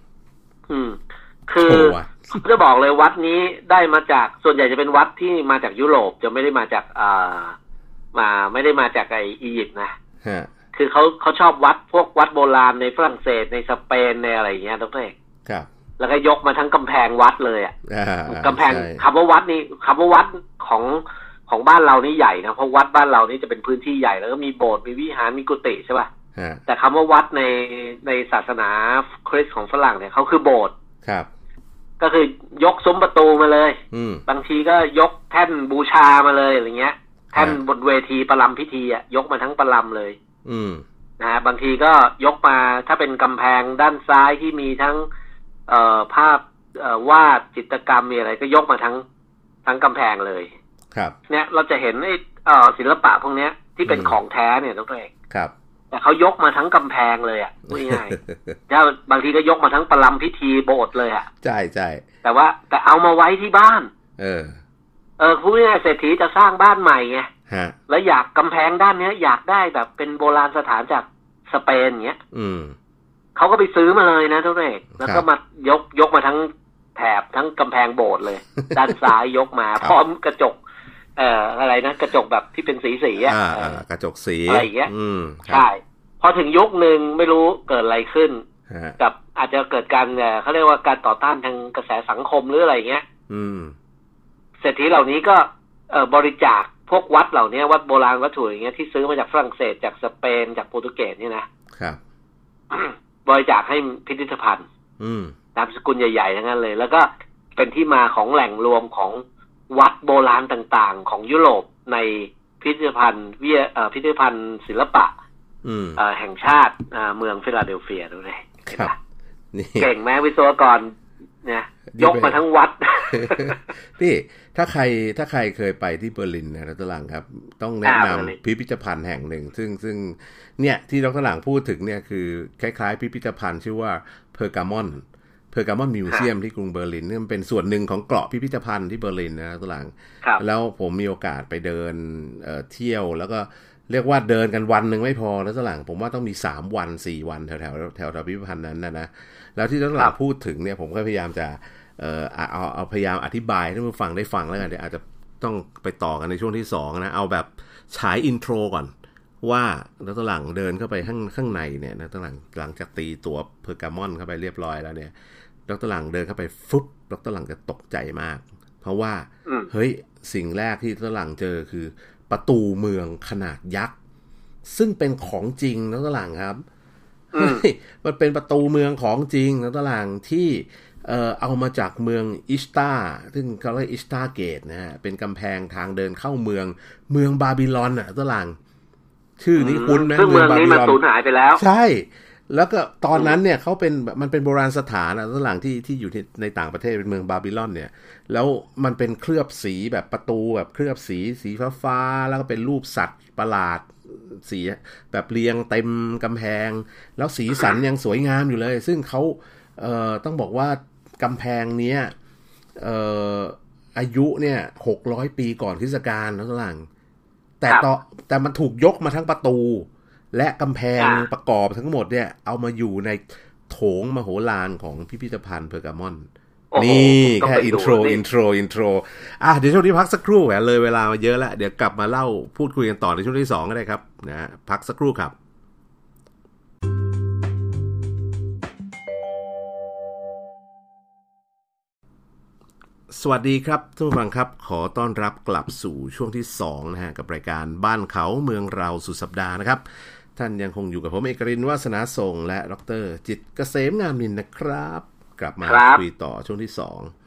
คือจะบอกเลยวัดนี้ได้มาจากส่วนใหญ่จะเป็นวัดที่มาจากยุโรปจะไม่ได้มาจากไม่ได้มาจากอียิปต์นะคือเขาชอบวัดพวกวัดโบราณในฝรั่งเศสในสเปนในอะไรอย่างเงี้ยทุกเลขครับแล้วก็ยกมาทั้งกำแพงวัดเลยอ่ะกำแพงคำว่าวัดนี่คำว่าวัดของบ้านเรานี่ใหญ่นะเพราะวัดบ้านเรานี่จะเป็นพื้นที่ใหญ่แล้วก็มีโบสถ์มีวิหารมีกุฏิใช่ป่ะแต่คำว่าวัดในศาสนาคริสต์ของฝรั่งเนี่ยเขาคือโบสถ์ครับก็คือยกซุ้มประตูมาเลยบางทีก็ยกแท่นบูชามาเลยอะไรเงี้ยแท่นบนเวทีประลัมพิธีอ่ะยกมาทั้งประลัมเลยนะฮะบางทีก็ยกมาถ้าเป็นกำแพงด้านซ้ายที่มีทั้งภาพวาดจิตรกรรมมีอะไรก็ยกมาทั้งกำแพงเลยครับเนี่ยเราจะเห็นศิลปะพวกเนี้ยที่เป็นของแท้เนี่ยทุกท่านครับแต่เขายกมาทั้งกำแพงเลยอ่ะง่ายๆแล้วบางทีก็ยกมาทั้งประลัมพิธีโบสถ์เลยอ่ะใช่แต่เอามาไว้ที่บ้านพูดง่ายๆเศรษฐีจะสร้างบ้านใหม่ไงแล้วอยากกำแพงด้านเนี้ยอยากได้แบบเป็นโบราณสถานจากสเปนเงี้ยเขาก็ไปซื้อมาเลยนะทุกท่านแล้วก็มายกมาทั้งแถบทั้งกำแพงโบสถ์เลย ด้านซ้ายยกมาพร้อมกระจกอะไรนะกระจกแบบที่เป็นสีอ่ะกระจกสีอะไรอย่างเงี้ยใช่พอถึงยุคนึงไม่รู้เกิดอะไรขึ้นกับอาจจะเกิดการเขาเรียกว่าการต่อต้านทางกระแสสังคมหรืออะไรเงี้ยเศรษฐีเหล่านี้ก็บริจาคพวกวัดเหล่านี้วัดโบราณวัตถุอย่างเงี้ยที่ซื้อมาจากฝรั่งเศสจากสเปนจากโปรตุเกสนี่นะครับบริจาคให้พิพิธภัณฑ์นามสกุลใหญ่ๆทั้งนั้นเลยแล้วก็เป็นที่มาของแหล่งรวมของวัดโบราณต่างๆของยุโรปในพิพิธภัณฑ์ศิลปะแห่งชาติเมืองฟิลาเดลเฟียดูเลยครับเก่งไหมวิศวกรเนี่ยยกมาทั้งวัดพี่ถ้าใครเคยไปที่เบอร์ลินนะดร.หลังครับต้องแนะนำพิพิธภัณฑ์แห่งหนึ่งซึ่งเนี่ยที่ดร.หลังพูดถึงเนี่ยคือคล้ายๆพิพิธภัณฑ์ชื่อว่าเพอร์กามอนมิวเซียมที่กรุงเบอร์ลินนี่มันเป็นส่วนหนึ่งของเกราะพิพิธภัณฑ์ที่เบอร์ลินนะดร.หลังแล้วผมมีโอกาสไปเดินเที่ยวแล้วก็เรียกว่าเดินกันวันนึงไม่พอแล้วดร.หลังผมว่าต้องมี3วัน4วันแถวพิพิธภัณฑ์นั้นนะแล้วที่ดร.หลังพูดถึงเนี่ยผมก็พยายามจะเอาพยายามอธิบายให้ผู้ฟังได้ฟังแล้วกันเดี๋ยวอาจจะต้องไปต่อกันในช่วงที่2นะเอาแบบฉายอินโทรก่อนว่าดร.หลังเดินเข้าไปข้างในเนี่ยดร.หลังจากตีตัวเพอร์กามอนเข้าไปเรียบร้อยแล้วเนี่ยดร.หลังเดินเข้าไปฟึบดร.หลังจะตกใจมากเพราะว่าเฮ้ยสิ่งแรกที่ดร.หลังเจอคือประตูเมืองขนาดยักษ์ซึ่งเป็นของจริงดร.หลังครับมันเป็นประตูเมืองของจริงดร.หลังที่เอามาจากเมืองอิสตาซึ่งเขาเรียกอิสตาเกตนะฮะเป็นกำแพงทางเดินเข้าเมืองบาบิลอนอ่ะดร.หลังชื่อนี้คุ้นไหมเมืองนี้มันสูญหายไปแล้วใช่แล้วก็ตอนนั้นเนี่ยเขาเป็นมันเป็นโบราณสถานดร.หลังที่อยู่ในต่างประเทศเป็นเมืองบาบิลอนเนี่ยแล้วมันเป็นเคลือบสีแบบประตูแบบเคลือบสีฟ้าแล้วก็เป็นรูปสัตว์ประหลาดสีแบบเรียงเต็มกำแพงแล้วสีสันยังสวยงามอยู่เลยซึ่งเขาต้องบอกว่ากำแพงเนี้ยอายุเนี่ย600ปีก่อนคริสตกาลนะทุกท่านแต่มันถูกยกมาทั้งประตูและกำแพงประกอบทั้งหมดเนี่ยเอามาอยู่ในโถงมโหฬารของพิพิธภัณฑ์เพอร์กามอนนี่แค่อินโทรเดี๋ยวช่วงนี้พักสักครู่เลยเวลามาเยอะแล้วเดี๋ยวกลับมาเล่าพูดคุยกันต่อในช่วงที่2ก็ได้ครับนะพักสักครู่ครับสวัสดีครับท่านผู้ฟังครับขอต้อนรับกลับสู่ช่วงที่2นะฮะกับรายการบ้านเขาเมืองเราสุดสัปดาห์นะครับท่านยังคงอยู่กับผมเอกรินทร์วาสนาส่งและดร.จิตรเกษมงามนินนะครับกลับมาคุยต่อช่วงที่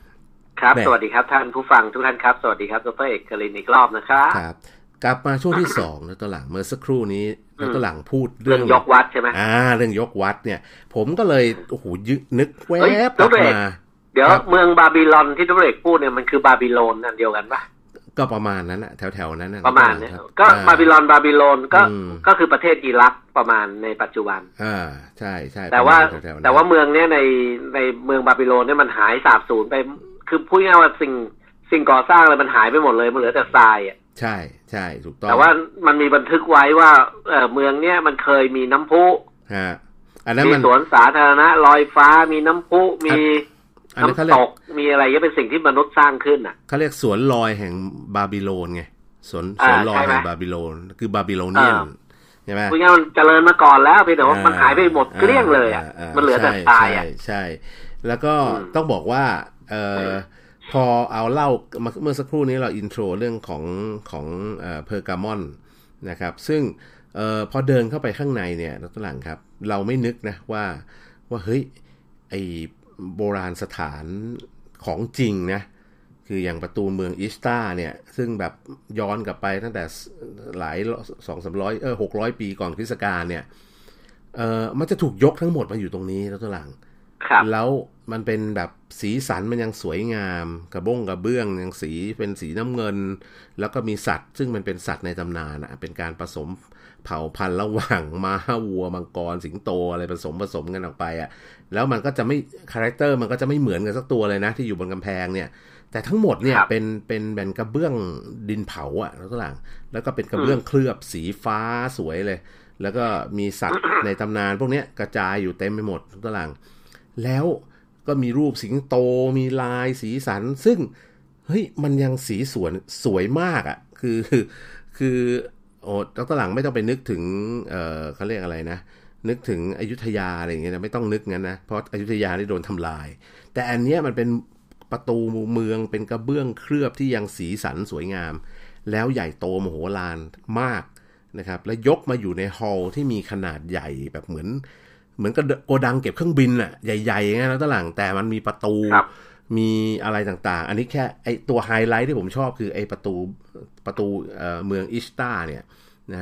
2 ครับสวัสดีครับท่านผู้ฟังทุกท่านครับสวัสดีครับดร.เอกรินทร์อีกรอบนะครับครับกลับมาช่วงที่2แล้วตอนหลังเมื่อสักครู่นี้แล้วตอนหลังพูดเรื่องยกวัดใช่ไหมเรื่องยกวัดเนี่ยผมก็เลยโอ้โหนึกแวบกลับมาเดี๋ยวเมืองบาบิลอนที่ดร.เอกพูดเนี่ยมันคือบาบิโลนอันเดียวกันปะก็ประมาณนั้นนะแถวๆนั้นนะประมาณนี้ก็บาบิโลนก็คือประเทศอิรักประมาณในปัจจุบันใช่แต่ว่าเมืองเนี้ยในเมืองบาบิโลนเนี่ยมันหายสาบสูญไปคือพูดง่ายๆว่าสิ่งก่อสร้างอะไรมันหายไปหมดเลยมันเหลือแต่ทรายอ่ะใช่ถูกต้องแต่ว่ามันมีบันทึกไว้ว่าเมืองเนี้ยมันเคยมีน้ำพุมีสวนสาธารณะลอยฟ้ามีน้ำพุมีน้ำตกมีอะไรก็เป็นสิ่งที่มนุษย์สร้างขึ้นเขาเรียกสวนลอยแห่งบาบิโลนไงสวนลอยแห่งบาบิโลนคือบาบิโลเนียนใช่ไหมคุณย่ามันเจริญมาก่อนแล้วเพียงแต่ว่ามันหายไปหมดเกลี้ยงเลยอ่ะมันเหลือแต่ทรายอ่ะใช่แล้วก็ต้องบอกว่าพอเอาเล่าเมื่อสักครู่นี้เราอินโทรเรื่องของเพอร์กามอนนะครับซึ่งพอเดินเข้าไปข้างในเนี่ยดร.หลังครับเราไม่นึกนะว่าเฮ้ยไอโบราณสถานของจริงนะคืออย่างประตูเมืองอิสตาเนี่ยซึ่งแบบย้อนกลับไปตั้งแต่หลาย200-300 600ปีก่อนคริสตกาลเนี่ยมันจะถูกยกทั้งหมดมาอยู่ตรงนี้แล้วตัวหลังแล้วมันเป็นแบบสีสันมันยังสวยงามกระเบื้องยังสีเป็นสีน้ำเงินแล้วก็มีสัตว์ซึ่งมันเป็นสัตว์ในตำนานเป็นการผสมเผ่าพันธุ์ระหว่างม้าวัวมังกรสิงโตอะไรผสมกันออกไปแล้วมันก็จะไม่คาแรคเตอร์มันก็จะไม่เหมือนกันสักตัวเลยนะที่อยู่บนกำแพงเนี่ยแต่ทั้งหมดเนี่ยเป็นแผ่นกระเบื้องดินเผาแล้วก็แล้วก็เป็นกระเบื้องเคลือบสีฟ้าสวยเลยแล้วก็มีสัตว์ในตำนานพวกนี้กระจายอยู่เต็มไปหมดทุกหลังแล้วก็มีรูปสิงโตมีลายสีสันซึ่งเฮ้ยมันยังสีสวยมากคือโอ้ดร.หลังไม่ต้องไปนึกถึงเขาเรียกอะไรนะนึกถึงอยุธยาอะไรอย่างเงี้ยนะไม่ต้องนึกงั้นนะเพราะอยุธยาได้โดนทำลายแต่อันเนี้ยมันเป็นประตูเมืองเป็นกระเบื้องเคลือบที่ยังสีสันสวยงามแล้วใหญ่โตมโหฬารมากนะครับและยกมาอยู่ในฮอลล์ที่มีขนาดใหญ่แบบเหมือนกับโกดังเก็บเครื่องบินใหญ่ๆอย่างเงี้ยนะตหลังแต่มันมีประตูมีอะไรต่างๆอันนี้แค่ไอตัวไฮไลท์ที่ผมชอบคือไอประตูเมืองอิสตาเนี่ยนะฮะ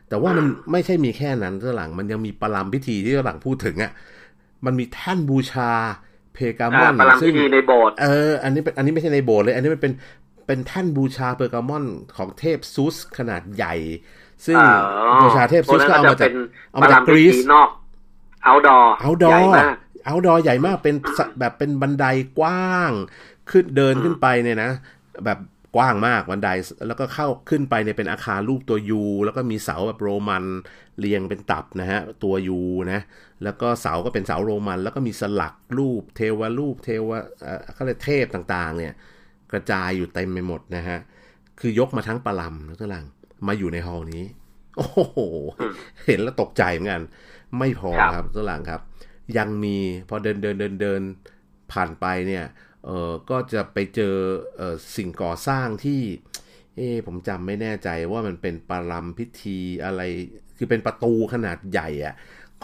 แต่ว่ามันไม่ใช่มีแค่นั้นฝรั่งมันยังมีประลัมพิธีที่ฝรั่งพูดถึงอ่ะมันมีแท่นบูชาเพกามอนประลัมพิธีในโบสถ์อันนี้ไม่ใช่ในโบสถ์เลยอันนี้มันเป็นแท่นบูชาเพกามอนของเทพซูสขนาดใหญ่ซึ่งบูชาเทพซูสก็เอามาจากกรีซนอกเอาดอใหญ่มากเป็นแบบเป็นบันไดกว้างขึ้นเดินขึ้นไปเนี่ยนะแบบกว้างมากบันไดแล้วก็เข้าขึ้นไปเนี่ยเป็นอาคารรูปตัวยูแล้วก็มีเสาแบบโรมันเรียงเป็นตับนะฮะตัวยูนะแล้วก็เสาก็เป็นเสาโรมันแล้วก็มีสลักรูปเทวเขาเรียกเทพต่างๆเนี่ยกระจายอยู่เต็มไปหมดนะฮะคือยกมาทั้งปลัมแล้วก็หลังมาอยู่ในฮอลล์นี้โอ้โหเห็นแล้วตกใจเหมือนกันไม่พอครับตัวหลังครับยังมีพอเดินผ่านไปเนี่ยก็จะไปเจอสิ่งก่อสร้างที่ผมจำไม่แน่ใจว่ามันเป็นปรัมพิธีอะไรคือเป็นประตูขนาดใหญ่อะ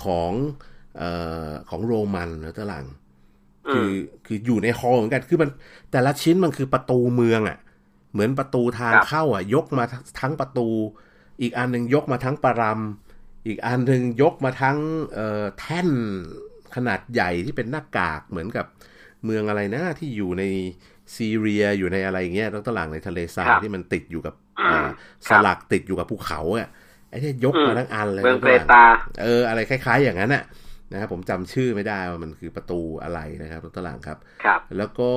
ของโรมันนะตัวหลังคืออยู่ในฮอลล์เหมือนกันคือมันแต่ละชิ้นมันคือประตูเมืองอะเหมือนประตูทางเข้าอะยกมาทั้งประตูอีกอันนึงยกมาทั้งปรัมอีกอันนึงยกมาทั้งแท่นขนาดใหญ่ที่เป็นหน้ากากเหมือนกับเมืองอะไรนะที่อยู่ในซีเรียอยู่ในอะไรเงี้ยต้องตลาดในทะเลทรายที่มันติดอยู่กับสลักติดอยู่กับภูเขาอ่ะไอ้ที่ยกมาทั้งอันเลยเมืองเปตาอะไรคล้ายๆอย่างนั้นน่ะนะครับผมจำชื่อไม่ได้ว่ามันคือประตูอะไรนะครับต้องตลาดครับแล้วก็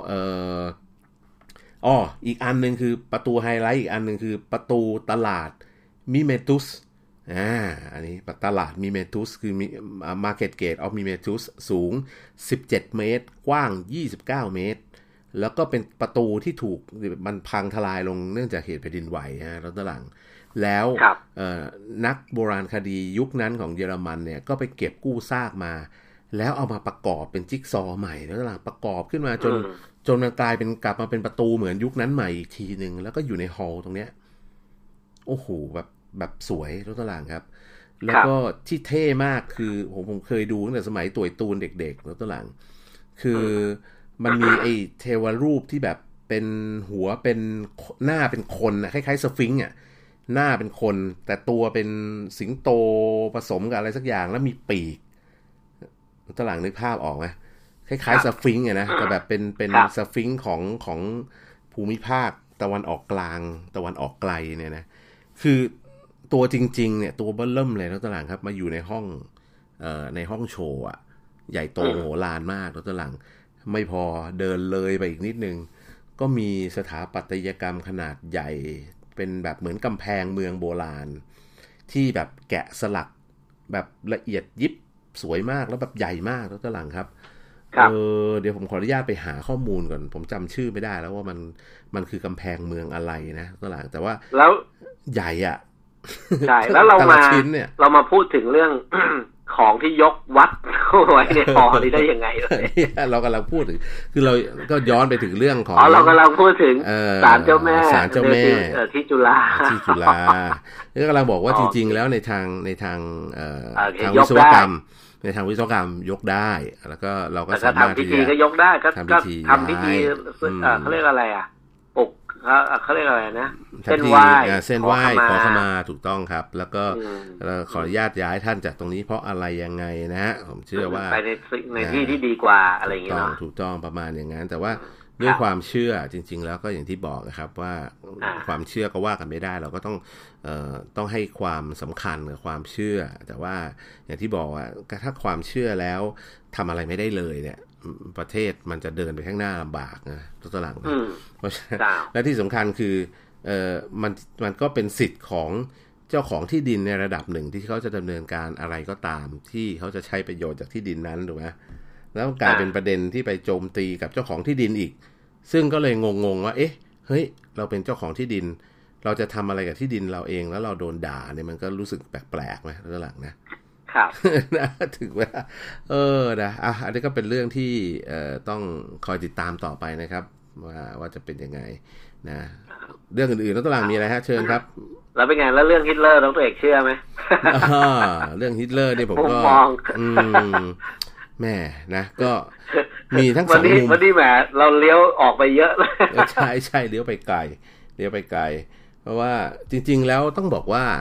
อีกอันนึงคือประตูไฮไลท์อีกอันนึงคือประตูตลาดมิเมตุสอันนี้ตลาดมิเมตุสคือMarket Gate of Mimetus สูง17เมตรกว้าง29เมตรแล้วก็เป็นประตูที่ถูกมันพังทลายลงเนื่องจากเหตุแผ่นดินไหวแล้วตะหลังแล้วนักโบราณคดียุคนั้นของเยอรมันเนี่ยก็ไปเก็บกู้ซากมาแล้วเอามาประกอบเป็นจิ๊กซอว์ใหม่แล้วตะหลังประกอบขึ้นมาจนมันกลายเป็นกลับมาเป็นประตูเหมือนยุคนั้นใหม่อีกทีนึงแล้วก็อยู่ในฮอลล์ตรงเนี้ยโอ้โหแบบสวยรถตลาดครับแล้วก็ที่เท่มากคือผมเคยดูตั้งแต่สมัยตัวตูนเด็กๆรถตลาดคือมันมีไอ้เทวรูปที่แบบเป็นหัวเป็นหน้าเป็นคนคล้ายๆสฟิงค์หน้าเป็นคนแต่ตัวเป็นสิงโตผสมกับอะไรสักอย่างแล้วมีปีกรถตลาดนึกภาพออกไหมคล้ายๆสฟิงค์นะแต่แบบเป็นสฟิงค์ของภูมิภาคตะวันออกกลางตะวันออกไกลเนี่ยนะคือตัวจริงๆเนี่ยตัวเบิ้ลเริ่มเลยแล้วตลาดครับมาอยู่ในห้องโชว์ใหญ่โตโหฬารมากแล้วตลาดไม่พอเดินเลยไปอีกนิดนึงก็มีสถาปัตยกรรมขนาดใหญ่เป็นแบบเหมือนกำแพงเมืองโบราณที่แบบแกะสลักแบบละเอียดยิบสวยมากแล้วแบบใหญ่มากแล้วตลาดครับเดี๋ยวผมขออนุญาตไปหาข้อมูลก่อนผมจำชื่อไม่ได้แล้วว่ามันคือกำแพงเมืองอะไรนะตลาดแต่ว่าแล้วใหญ่ใช่แล้วเรามาพูดถึงเรื่อง ของที่ยกวัดไว้ในฮอลล์นี้ได้ยังไงเลยเรากำลังพูดถึงคือเราก็ย้อนไปถึงเรื่องของเรากำลังพูดถึงศาลเจ้าแม่ที่จุฬาแล้วกำลังบอกว่าจริงๆแล้วในทางวิศวกรรมยกได้แล้วก็เราก็สามารถที่จะก็ยกได้ก็ทำพิธีเขาเรียกอะไรเขาเรียกอะไรนะเส้นไหว้ขอขมาถูกต้องครับแล้วก็ขออนุญาตย้ายท่านจากตรงนี้เพราะอะไรยังไงนะฮะผมเชื่อว่าไปในที่ที่ดีกว่าอะไรอย่างเงี้ยถูกต้องประมาณอย่างนั้นแต่ว่าด้วยความเชื่อจริงๆแล้วก็อย่างที่บอกนะครับว่าความเชื่อก็ว่ากันไม่ได้เราก็ต้องให้ความสำคัญกับความเชื่อแต่ว่าอย่างที่บอกว่าถ้าความเชื่อแล้วทำอะไรไม่ได้เลยเนี่ยประเทศมันจะเดินไปข้างหน้าลำบากนะตัวตลาดเพราะฉะนั้นและที่สำคัญคือมันก็เป็นสิทธิ์ของเจ้าของที่ดินในระดับหนึ่งที่เขาจะดำเนินการอะไรก็ตามที่เขาจะใช้ประโยชน์จากที่ดินนั้นถูกไหมแล้วกลายเป็นประเด็นที่ไปโจมตีกับเจ้าของที่ดินอีกซึ่งก็เลยงงว่าเฮ้ยเราเป็นเจ้าของที่ดินเราจะทำอะไรกับที่ดินเราเองแล้วเราโดนด่าเนี่ยมันก็รู้สึกแปลกๆไหมตัวหลังนะครับนะถึงว่านะอันนี้ก็เป็นเรื่องที่ต้องคอยติดตามต่อไปนะครับว่าจะเป็นยังไงนะเรื่องอื่นๆแล้วตัวหลังมีอะไรฮะเชิญครับแล้วเป็นไงแล้วเรื่องฮิตเลอร์ต้องตัวเอกเชื่อไหมเรื่องฮิตเลอร์นี่ผมก็แม่นะก็มีทั้งสองมุมวันนี้แหมเราเลี้ยวออกไปเยอะใช่เลี้ยวไปไกลเพราะว่าจริงๆแล้วต้องบอกว่า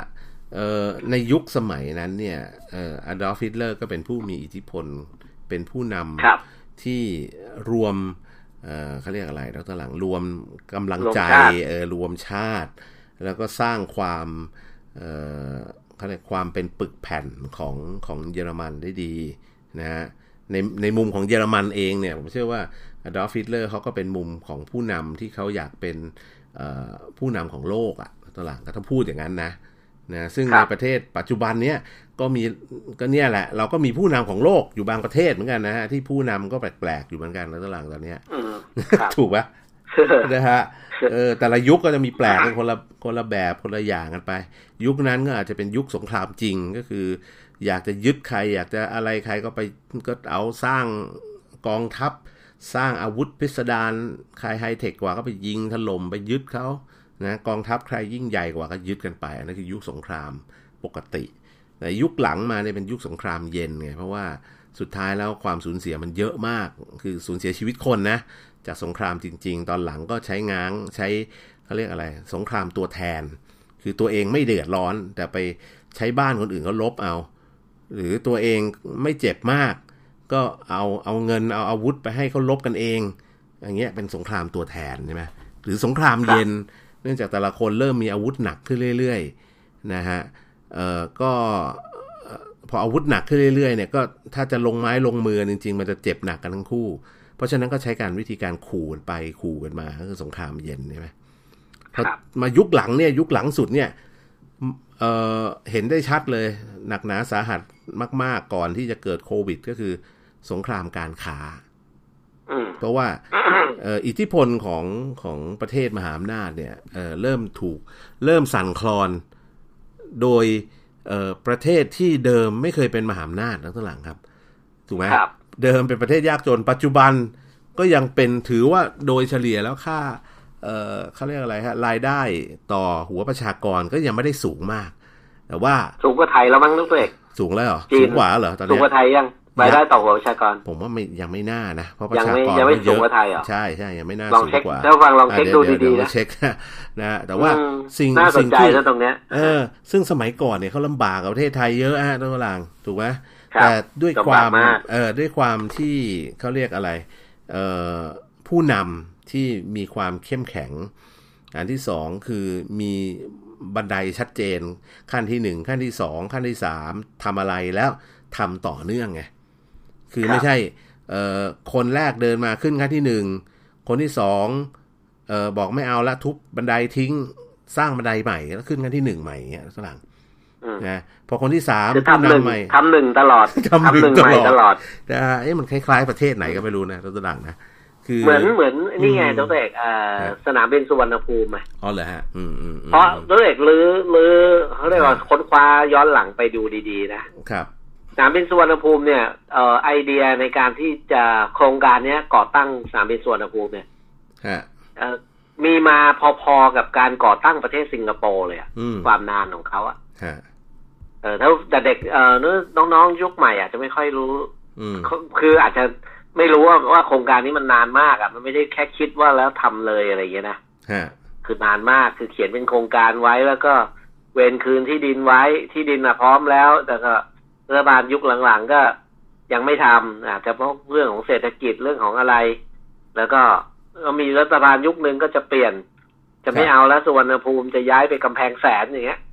ในยุคสมัยนั้นเนี่ยอดอล์ฟ ฮิตเลอร์ก็เป็นผู้มีอิทธิพลเป็นผู้นำที่รวมเขาเรียกอะไรแล้วตอนหลังรวมกำลังใจรวมชาติแล้วก็สร้างความเขาเรียกความเป็นปึกแผ่นของเยอรมันได้ดีนะฮะในมุมของเยอรมันเองเนี่ยผมเชื่อว่าอดอล์ฟ ฮิตเลอร์เขาก็เป็นมุมของผู้นำที่เขาอยากเป็นผู้นำของโลกอ่ะตอนหลังก็ต้องพูดอย่างนั้นนะซึ่งในประเทศปัจจุบันเนี้ยก็เนี่ยแหละเราก็มีผู้นำของโลกอยู่บางประเทศเหมือนกันนะฮะที่ผู้นำก็แปลกๆอยู่เหมือนกันแล้วตอนเนี้ยถูกปะนะฮะแต่ละยุคก็จะมีแปลกกันคนละแบบคนละอย่างกันไปยุคนั้นก็อาจจะเป็นยุคสงครามจริงก็คืออยากจะยึดใครอยากจะอะไรใครก็ไปก็เอาสร้างกองทัพสร้างอาวุธพิสดารใครไฮเทคกว่าก็ไปยิงถล่มไปยึดเขานะกองทัพใครยิ่งใหญ่กว่าก็ยึดกันไปอันนั้นคือยุคสงครามปกติแต่ยุคหลังมาเนี่ยเป็นยุคสงครามเย็นไงเพราะว่าสุดท้ายแล้วความสูญเสียมันเยอะมากคือสูญเสียชีวิตคนนะจากสงครามจริงๆตอนหลังก็ใช้ง้างใช้เขาเรียกอะไรสงครามตัวแทนคือตัวเองไม่เดือดร้อนแต่ไปใช้บ้านคนอื่นเขาลบเอาหรือตัวเองไม่เจ็บมากก็เอาเงินเอาอาวุธไปให้เขาลบกันเองอย่างเงี้ยเป็นสงครามตัวแทนใช่ไหมหรือสงครามเย็นเนื่องจากแต่ละคนเริ่มมีอาวุธหนักขึ้นเรื่อยๆนะฮะก็พออาวุธหนักขึ้นเรื่อยๆเนี่ยก็ถ้าจะลงไม้ลงมือจริงๆมันจะเจ็บหนักกันทั้งคู่เพราะฉะนั้นก็ใช้วิธีการขู่กันไปขู่กันมาก็คือสงครามเย็นใช่ไหมมายุคหลังเนี่ยยุคหลังสุดเนี่ยเห็นได้ชัดเลยหนักหนาสาหัสมากๆก่อนที่จะเกิดโควิดก็คือสงครามการค้าเพราะว่าอิทธิพลของประเทศมหาอำนาจเนี่ยเริ่มสั่นคลอนโดยประเทศที่เดิมไม่เคยเป็นมหาอำนาจทั้งหลังครับถูกไหมเดิมเป็นประเทศยากจนปัจจุบันก็ยังเป็นถือว่าโดยเฉลี่ยแล้วค่าเขาเรียกอะไรฮะรายได้ต่อหัวประชากรก็ยังไม่ได้สูงมากแต่ว่าสูงกว่าไทยแล้วมั้งนึกตัวเองสูงแล้วเหรอสูงกว่าเหรอตอนนี้สูงกว่าไทยยังรายได้ต่อหัวประชากรผมว่ายังไม่น่านะเพราะประชากรยังไม่สูงกว่าไทยเหรอใช่ยังไม่น่าสูงกว่าลองเช็คดูดีๆนะเช็คนะแต่ว่าสิ่งที่ตรงเนี้ยซึ่งสมัยก่อนเนี่ยเขาลำบากกับประเทศไทยเยอะฮะตัวหลังถูกไหมแต่ด้วยความที่เขาเรียกอะไรผู้นำที่มีความเข้มแข็งอันที่สองคือมีบันไดชัดเจนขั้นที่หนึ่งขั้นที่สองขั้นที่สามทำอะไรแล้วทำต่อเนื่องไงคือไม่ใช่คนแรกเดินมาขึ้นขั้นที่หนึ่งคนที่สองบอกไม่เอาละทุบบันไดทิ้งสร้างบันไดใหม่แล้วขึ้นขั้นที่หนึ่งใหม่เงี้ยฝรั่งนะพอคนที่สามผู้นำใหม่ทำหนึ่งตลอดทำหนึ่งตลอดแต่มันคล้ายๆประเทศไหนก็ไม่รู้นะฝรั่งนะเหมือนนี่ไงดร.เอกสนามบินสุวรรณภูมิอ๋อเหรอฮะเพราะดร.เอกลื้อเขาเรียกว่าค้นคว้าย้อนหลังไปดูดีๆนะครับสนามบินสุวรรณภูมิเนี่ยไอเดียในการที่จะโครงการนี้ก่อตั้งสนามบินสุวรรณภูมิเนี่ยมีมาพอๆกับการก่อตั้งประเทศสิงคโปร์เลยความนานของเขาอ่ะถ้าแต่เด็กน้องๆยุคใหม่อาจจะไม่ค่อยรู้คืออาจจะไม่รู้ว่าโครงการนี้มันนานมากอ่ะมันไม่ได้แค่คิดว่าแล้วทำเลยอะไรอย่างเงี้ยนะคือนานมากคือเขียนเป็นโครงการไว้แล้วก็เวรคืนที่ดินไว้ที่ดินพร้อมแล้วแต่ก็รัฐบาลยุคหลังๆก็ยังไม่ทำอาจจะเพราะเรื่องของเศรษฐกิจเรื่องของอะไรแล้วก็มีรัฐบาลยุคนึงก็จะเปลี่ยนจะไม่เอาแล้วสุวรรณภูมิจะย้ายไปกำแพงแสนอย่างเงี้ย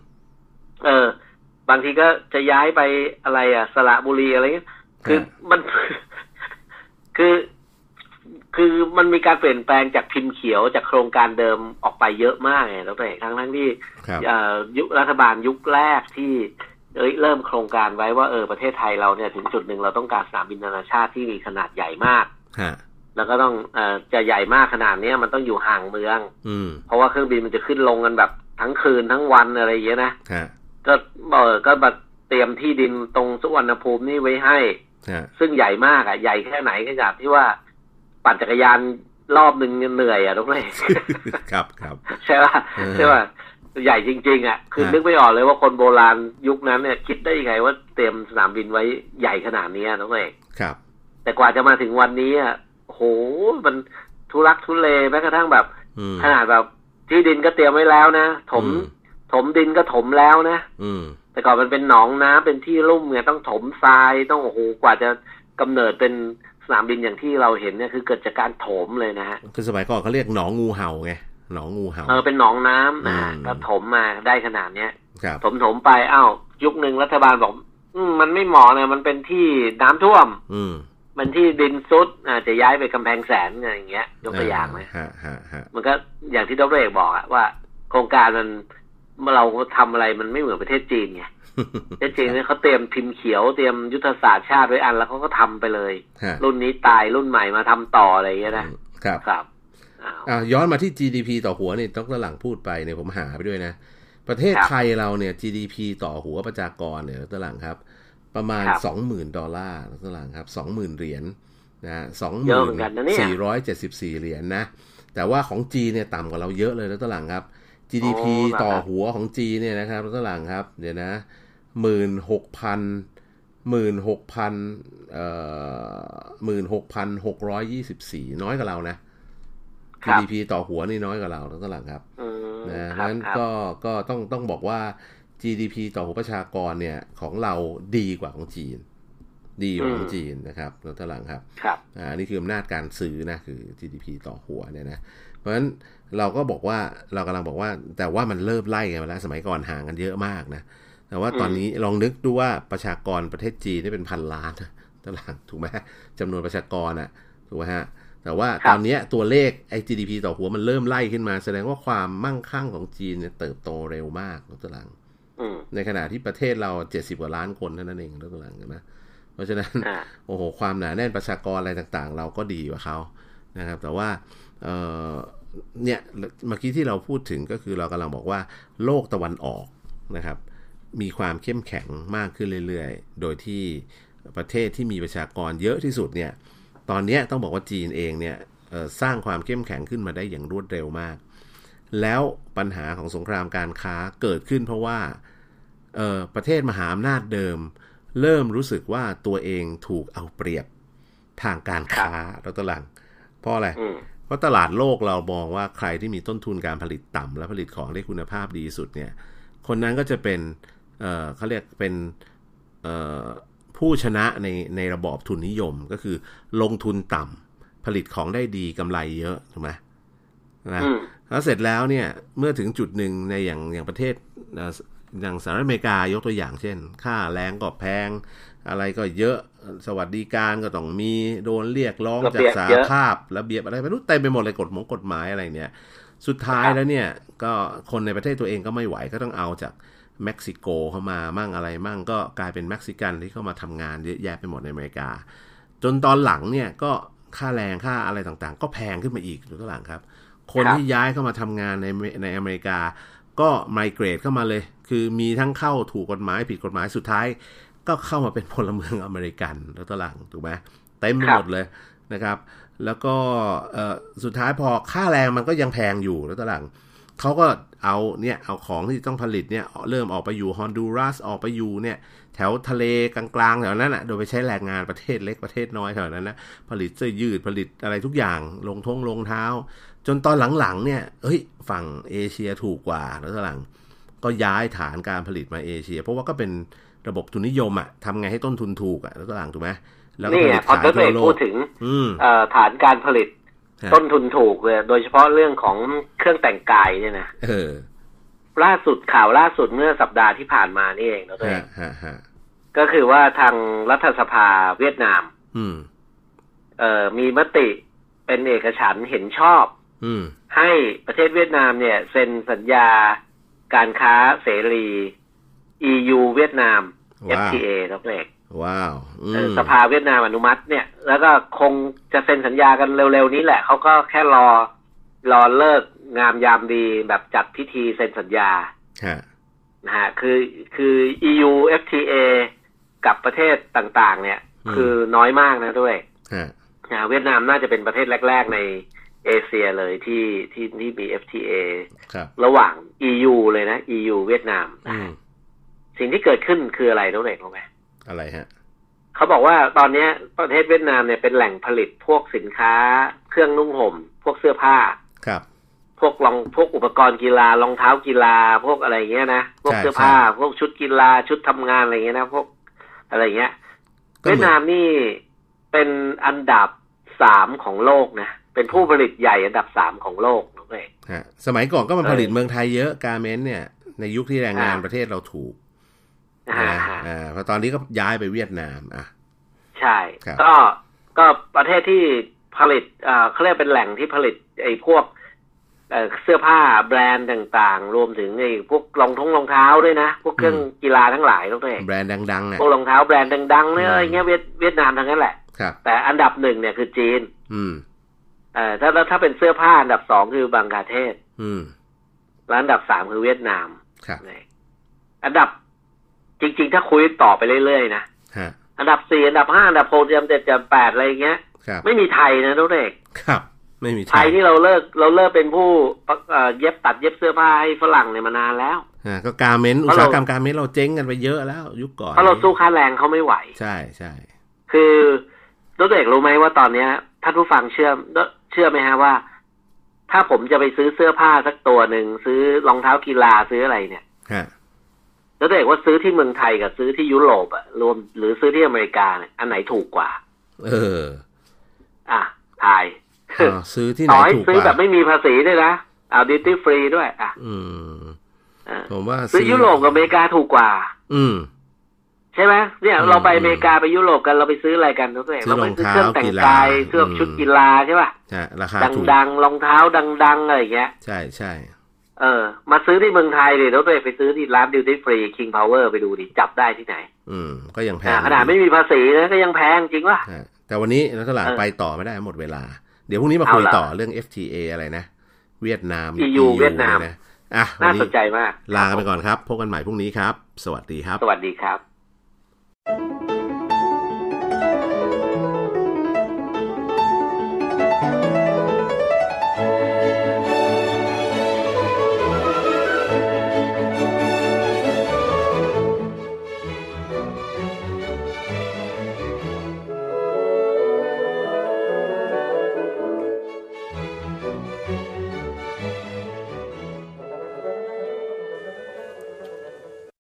บางทีก็จะย้ายไปอะไรสระบุรีอะไรเงี้ยคือมันคือมันมีการเปลี่ยนแปลงจากพิมพ์เขียวจากโครงการเดิมออกไปเยอะมากไงแล้วแต่ทั้งที่ยุครัฐบาลยุคแรกที่เริ่มโครงการไว้ว่าประเทศไทยเราเนี่ยถึงจุดหนึ่งเราต้องการสนามบินนานาชาติที่มีขนาดใหญ่มากแล้วก็ต้องจะใหญ่มากขนาดนี้มันต้องอยู่ห่างเมืองเพราะว่าเครื่องบินมันจะขึ้นลงกันแบบทั้งคืนทั้งวันอะไรอย่างเงี้ยนะก็มาเตรียมที่ดินตรงสุวรรณภูมินี่ไว้ให้ซึ่งใหญ่มากใหญ่แค่ไหนขนาดที่ว่าปั่นจักรยานรอบนึงเหนื่อยทุกเลยครับใช่ป่ะใหญ่จริงๆคือนึกไม่ออกเลยว่าคนโบราณยุคนั้นเนี่ยคิดได้ยังไงว่าเตรียมสนามบินไว้ใหญ่ขนาดนี้ทุกเลยครับแต่กว่าจะมาถึงวันนี้โหมันทุลักทุเลแม้กระทั่งแบบขนาดแบบที่ดินก็เตรียมไว้แล้วนะถถมดินก็ถมแล้วนะแต่ก่อนมันเป็นหนองน้ำเป็นที่ลุ่มเนี่ยต้องถมทรายต้องโอ้โหกว่าจะกำเนิดเป็นสนามบินอย่างที่เราเห็นเนี่ยคือเกิดจากการถมเลยนะฮะคือสมัยก่อนเขาเรียกหนองงูเห่าไงหนองงูเห่าเป็นหนองน้ำก็ถมมาได้ขนาดเนี้ยถมไปยุคนึงรัฐบาลบอกมันไม่เหมาะเนี่ยมันเป็นที่น้ำท่วมมันที่ดินซุดจะย้ายไปกำแพงแสนอย่างเงี้ยยกตัวอย่างไหมมันก็อย่างที่ดร.เอกบอกว่าโครงการมันเราทำอะไรมันไม่เหมือนประเทศจีนไงประเทศจีนเนี่ยเขาเตรียมพิมพ์เขียวเตรียมยุทธศาสตร์ชาติไว้อันแล้วเขาก็ทำไปเลยรุ่นนี้ตายรุ่นใหม่มาทำต่ออะไรอย่างเงี้ยนะครับย้อนมาที่ GDP ต่อหัวนี่ต้องหลังพูดไปเนี่ยผมหาไปด้วยนะประเทศไทยเราเนี่ย GDP ต่อหัวประชากรเนี่ยตลังครับประมาณ $20,000 ตลังครับ 20,000 เหรียญนะ 2,474 เหรียญนะแต่ว่าของจีนเนี่ยต่ำกว่าเราเยอะเลยตลังครับ GDP ต่อหัวของจีนเนี่ยนะครับตลังครับเดี๋ยวนะ 16,624 น้อยกว่าเรานะ GDP ต่อหัวนี่น้อยกว่าเราตลังครับนะงั้นก็ต้องบอกว่า GDP ต่อหัวประชากรเนี่ยของเราดีกว่าของจีนนะครับแล้วตลังครับนี่คืออำนาจการซื้อนะคือ GDP ต่อหัวเนี่ยนะเพราะฉะนั้นเราก็บอกว่าเรากำลังบอกว่าแต่ว่ามันเริ่มไล่กันมาแล้วสมัยก่อนห่างกันเยอะมากนะแต่ว่าตอนนี้ลองนึกดูว่าประชากรประเทศจีนนี่เป็นพันล้านตลังถูกไหมจำนวนประชากรถูกไหมฮะแต่ว่าตอนนี้ตัวเลขไอ้ GDP ต่อหัวมันเริ่มไล่ขึ้นมาแสดงว่าความมั่งคั่งของจีนเนี่ยเติบโตเร็วมากตลังในขณะที่ประเทศเรา70กว่าล้านคนเท่านั้นเองตลังนะเพราะฉะนั้นโอ้โหความหนาแน่นประชากรอะไรต่างๆเราก็ดีกว่าเขานะครับแต่ว่าเนี่ยเมื่อกี้ที่เราพูดถึงก็คือเรากำลังบอกว่าโลกตะวันออกนะครับมีความเข้มแข็งมากขึ้นเรื่อยๆโดยที่ประเทศที่มีประชากรเยอะที่สุดเนี่ยตอนนี้ต้องบอกว่าจีนเองเนี่ยสร้างความเข้มแข็งขึ้นมาได้อย่างรวดเร็วมากแล้วปัญหาของสงครามการค้าเกิดขึ้นเพราะว่าประเทศมหาอำนาจเดิมเริ่มรู้สึกว่าตัวเองถูกเอาเปรียบทางการค้าแล้วตลังเพราะอะไรเพราะตลาดโลกเรามองว่าใครที่มีต้นทุนการผลิตต่ำและผลิตของได้คุณภาพดีสุดเนี่ยคนนั้นก็จะเป็นเขาเรียกเป็นผู้ชนะในระบอบทุนนิยมก็คือลงทุนต่ำผลิตของได้ดีกำไรเยอะถูกไหมนะแล้วเสร็จแล้วเนี่ยเมื่อถึงจุดหนึ่งในอย่างประเทศอย่างสหรัฐอเมริกายกตัวอย่างเช่นค่าแรงก็แพงอะไรก็เยอะสวัสดิการก็ต้องมีโดนเรียกร้องจากสหภาพระเบียบอะไรไม่รู้เต็มไปหมดเลยกฎหมายอะไรเนี่ยสุดท้ายแล้วเนี่ยก็คนในประเทศตัวเองก็ไม่ไหวก็ต้องเอาจากเม็กซิโกเข้ามามั่งอะไรมั่งก็กลายเป็นเม็กซิกันที่เข้ามาทำงานเยอะแยะไปหมดในอเมริกาจนตอนหลังเนี่ยก็ค่าแรงค่าอะไรต่างๆก็แพงขึ้นมาอีกดูข้างหลังครับคนที่ย้ายเข้ามาทำงานในอเมริกาก็ไมเกรดเข้ามาเลยคือมีทั้งเข้าถูกกฎหมายผิดกฎหมายสุดท้ายก็เข้ามาเป็นพลเมืองอเมริกันแล้วตลังถูกไหมเต็มไปหมดเลยนะครับแล้วก็สุดท้ายพอค่าแรงมันก็ยังแพงอยู่แล้วตลังเขาก็เอาของที่ต้องผลิตเนี่ยเริ่มออกไปอยู่ฮอนดูรัสออกไปอยู่เนี่ยแถวทะเลกลางๆแถวนั้นโดยไปใช้แรงงานประเทศเล็กประเทศน้อยแถวนั้นนะผลิตเสื้อยืดผลิตอะไรทุกอย่างรองเท้าจนตอนหลังๆเนี่ยฝั่งเอเชียถูกกว่าแล้วตลังก็ย้ายฐานการผลิตมาเอเชียเพราะว่าก็เป็นระบบทุนนิยมทำไงให้ต้นทุนถูกแล้วตลังถูกไหมแล้วก็ผลิตขายทั่วโลกพูดถึงฐานการผลิตต้นทุนถูกเลยโดยเฉพาะเรื่องของเครื่องแต่งกายเนี่ยนะข่าวล่าสุดเมื่อสัปดาห์ที่ผ่านมานี่เองนะตัวเองก็คือว่าทางรัฐสภาเวียดนามมีมติเป็นเอกฉันท์เห็นชอบให้ประเทศเวียดนามเนี่ยเซ็นสัญญาการค้าเสรี EU เวียดนาม FTA นะตัวเองว้าวสภาเวียดนามอนุมัติเนี่ยแล้วก็คงจะเซ็นสัญญากันเร็วๆนี้แหละเขาก็แค่รอเลิกงามยามดีแบบจัดพิธีเซ็นสัญญานะฮะคือ EU FTA กับประเทศต่างๆเนี่ยคือน้อยมากนะด้วยเวียดนามน่าจะเป็นประเทศแรกๆในเอเชียเลยที่มี FTA ระหว่าง EU เลยนะ EU เวียดนามสิ่งที่เกิดขึ้นคืออะไรน้องเด็กรู้ไหมอะไรฮะเขาบอกว่าตอนนี้ประเทศเวียดนามเนี่ยเป็นแหล่งผลิตพวกสินค้าเครื่องนุ่งห่มพวกเสื้อผ้าครับพพวกอุปกรณ์กีฬารองเท้ากีฬาพวกอะไรเงี้ยนะพวกเสื้อผ้าพวกชุดกีฬาชุดทำงานอะไรเงี้ยนะพวกอะไรเงี้ยเวียดนามนี่เป็นอันดับ3ของโลกนะเป็นผู้ผลิตใหญ่อันดับ3ของโลกด้วยสมัยก่อนก็มันผลิตเมืองไทยเยอะการเมนต์เนี่ยในยุคที่แรงงานประเทศเราถูกพอตอนนี้ก็ย้ายไปเวียดนามใช่ก็ประเทศที่ผลิตเขาเรียกเป็นแหล่งที่ผลิตไอ้พวกเสื้อผ้าแบรนด์ต่างๆรวมถึงไอ้พวกรองเท้าด้วยนะพวกเครื่องกีฬาทั้งหลายด้วยแบรนด์ดังๆพวกรองเท้าแบรนด์ดังๆเนี่ยอะไรเงี้ยเวียดนามทั้งนั้นแหละแต่อันดับ1เนี่ยคือจีนถ้าเป็นเสื้อผ้าอันดับ2คือบังกลาเทศแล้วอันดับ3คือเวียดนามอันดับจริงๆถ้าคุยต่อไปเรื่อยๆนะอันดับ4อันดับ5อันดับ6อันดับ7อันดับ8อะไรเงี้ยไม่มีไทยนะทุกเด็กครับไม่มีไทยที่เราเลิกเป็นผู้เย็บเสื้อผ้าให้ฝรั่งเนี่ยมานานแล้วก็การเมนต์อุตสาหกรรมการเมนต์เราเจ๊งกันไปเยอะแล้วยุคก่อนเพราะเราสู้ค่าแรงเขาไม่ไหวใช่ใช่คือทุกเด็กรู้ไหมว่าตอนเนี้ยท่านผู้ฟังเชื่อไหมฮะว่าถ้าผมจะไปซื้อเสื้อผ้าสักตัวหนึ่งซื้อรองเท้ากีฬาซื้ออะไรเนี่ยแล้วเด็กว่าซื้อที่เมืองไทยกับซื้อที่ยุโรปรวมหรือซื้อที่อเมริกาเนี่ยอันไหนถูกกว่าทายซื้อที่ไหนถูกกว่าซื้อแบบไม่มีภาษีด้วยนะดิวตี้ฟรีด้วยผมว่าซื้อยุโรปกับอเมริกาถูกกว่าใช่ไหมเนี่ยเราไปอเมริกาไปยุโรปกันเราไปซื้ออะไรกันทุกอย่างเราไปซื้อเครื่องแต่งกายเสื้อชุดกีฬาใช่ป่ะราคาถูกดังๆรองเท้าดังๆอะไรอย่างเงี้ยใช่ใช่มาซื้อที่เมืองไทยเลยแล้วไปซื้อที่ร้านดิวตี้ฟรีคิงพาวเวอร์ไปดูดิจับได้ที่ไหนก็ยังแพงขนาดไม่มีภาษีนะก็ยังแพงจริงวะแต่วันนี้นักตลาดไปต่อไม่ได้หมดเวลาเดี๋ยวพรุ่งนี้มาคุยต่อเรื่อง FTA อะไรนะเวียดนาม EU เวียดนามนะน่าสนใจมากลาไปก่อนครับพบกันใหม่พรุ่งนี้ครับสวัสดีครับสวัสดีครับ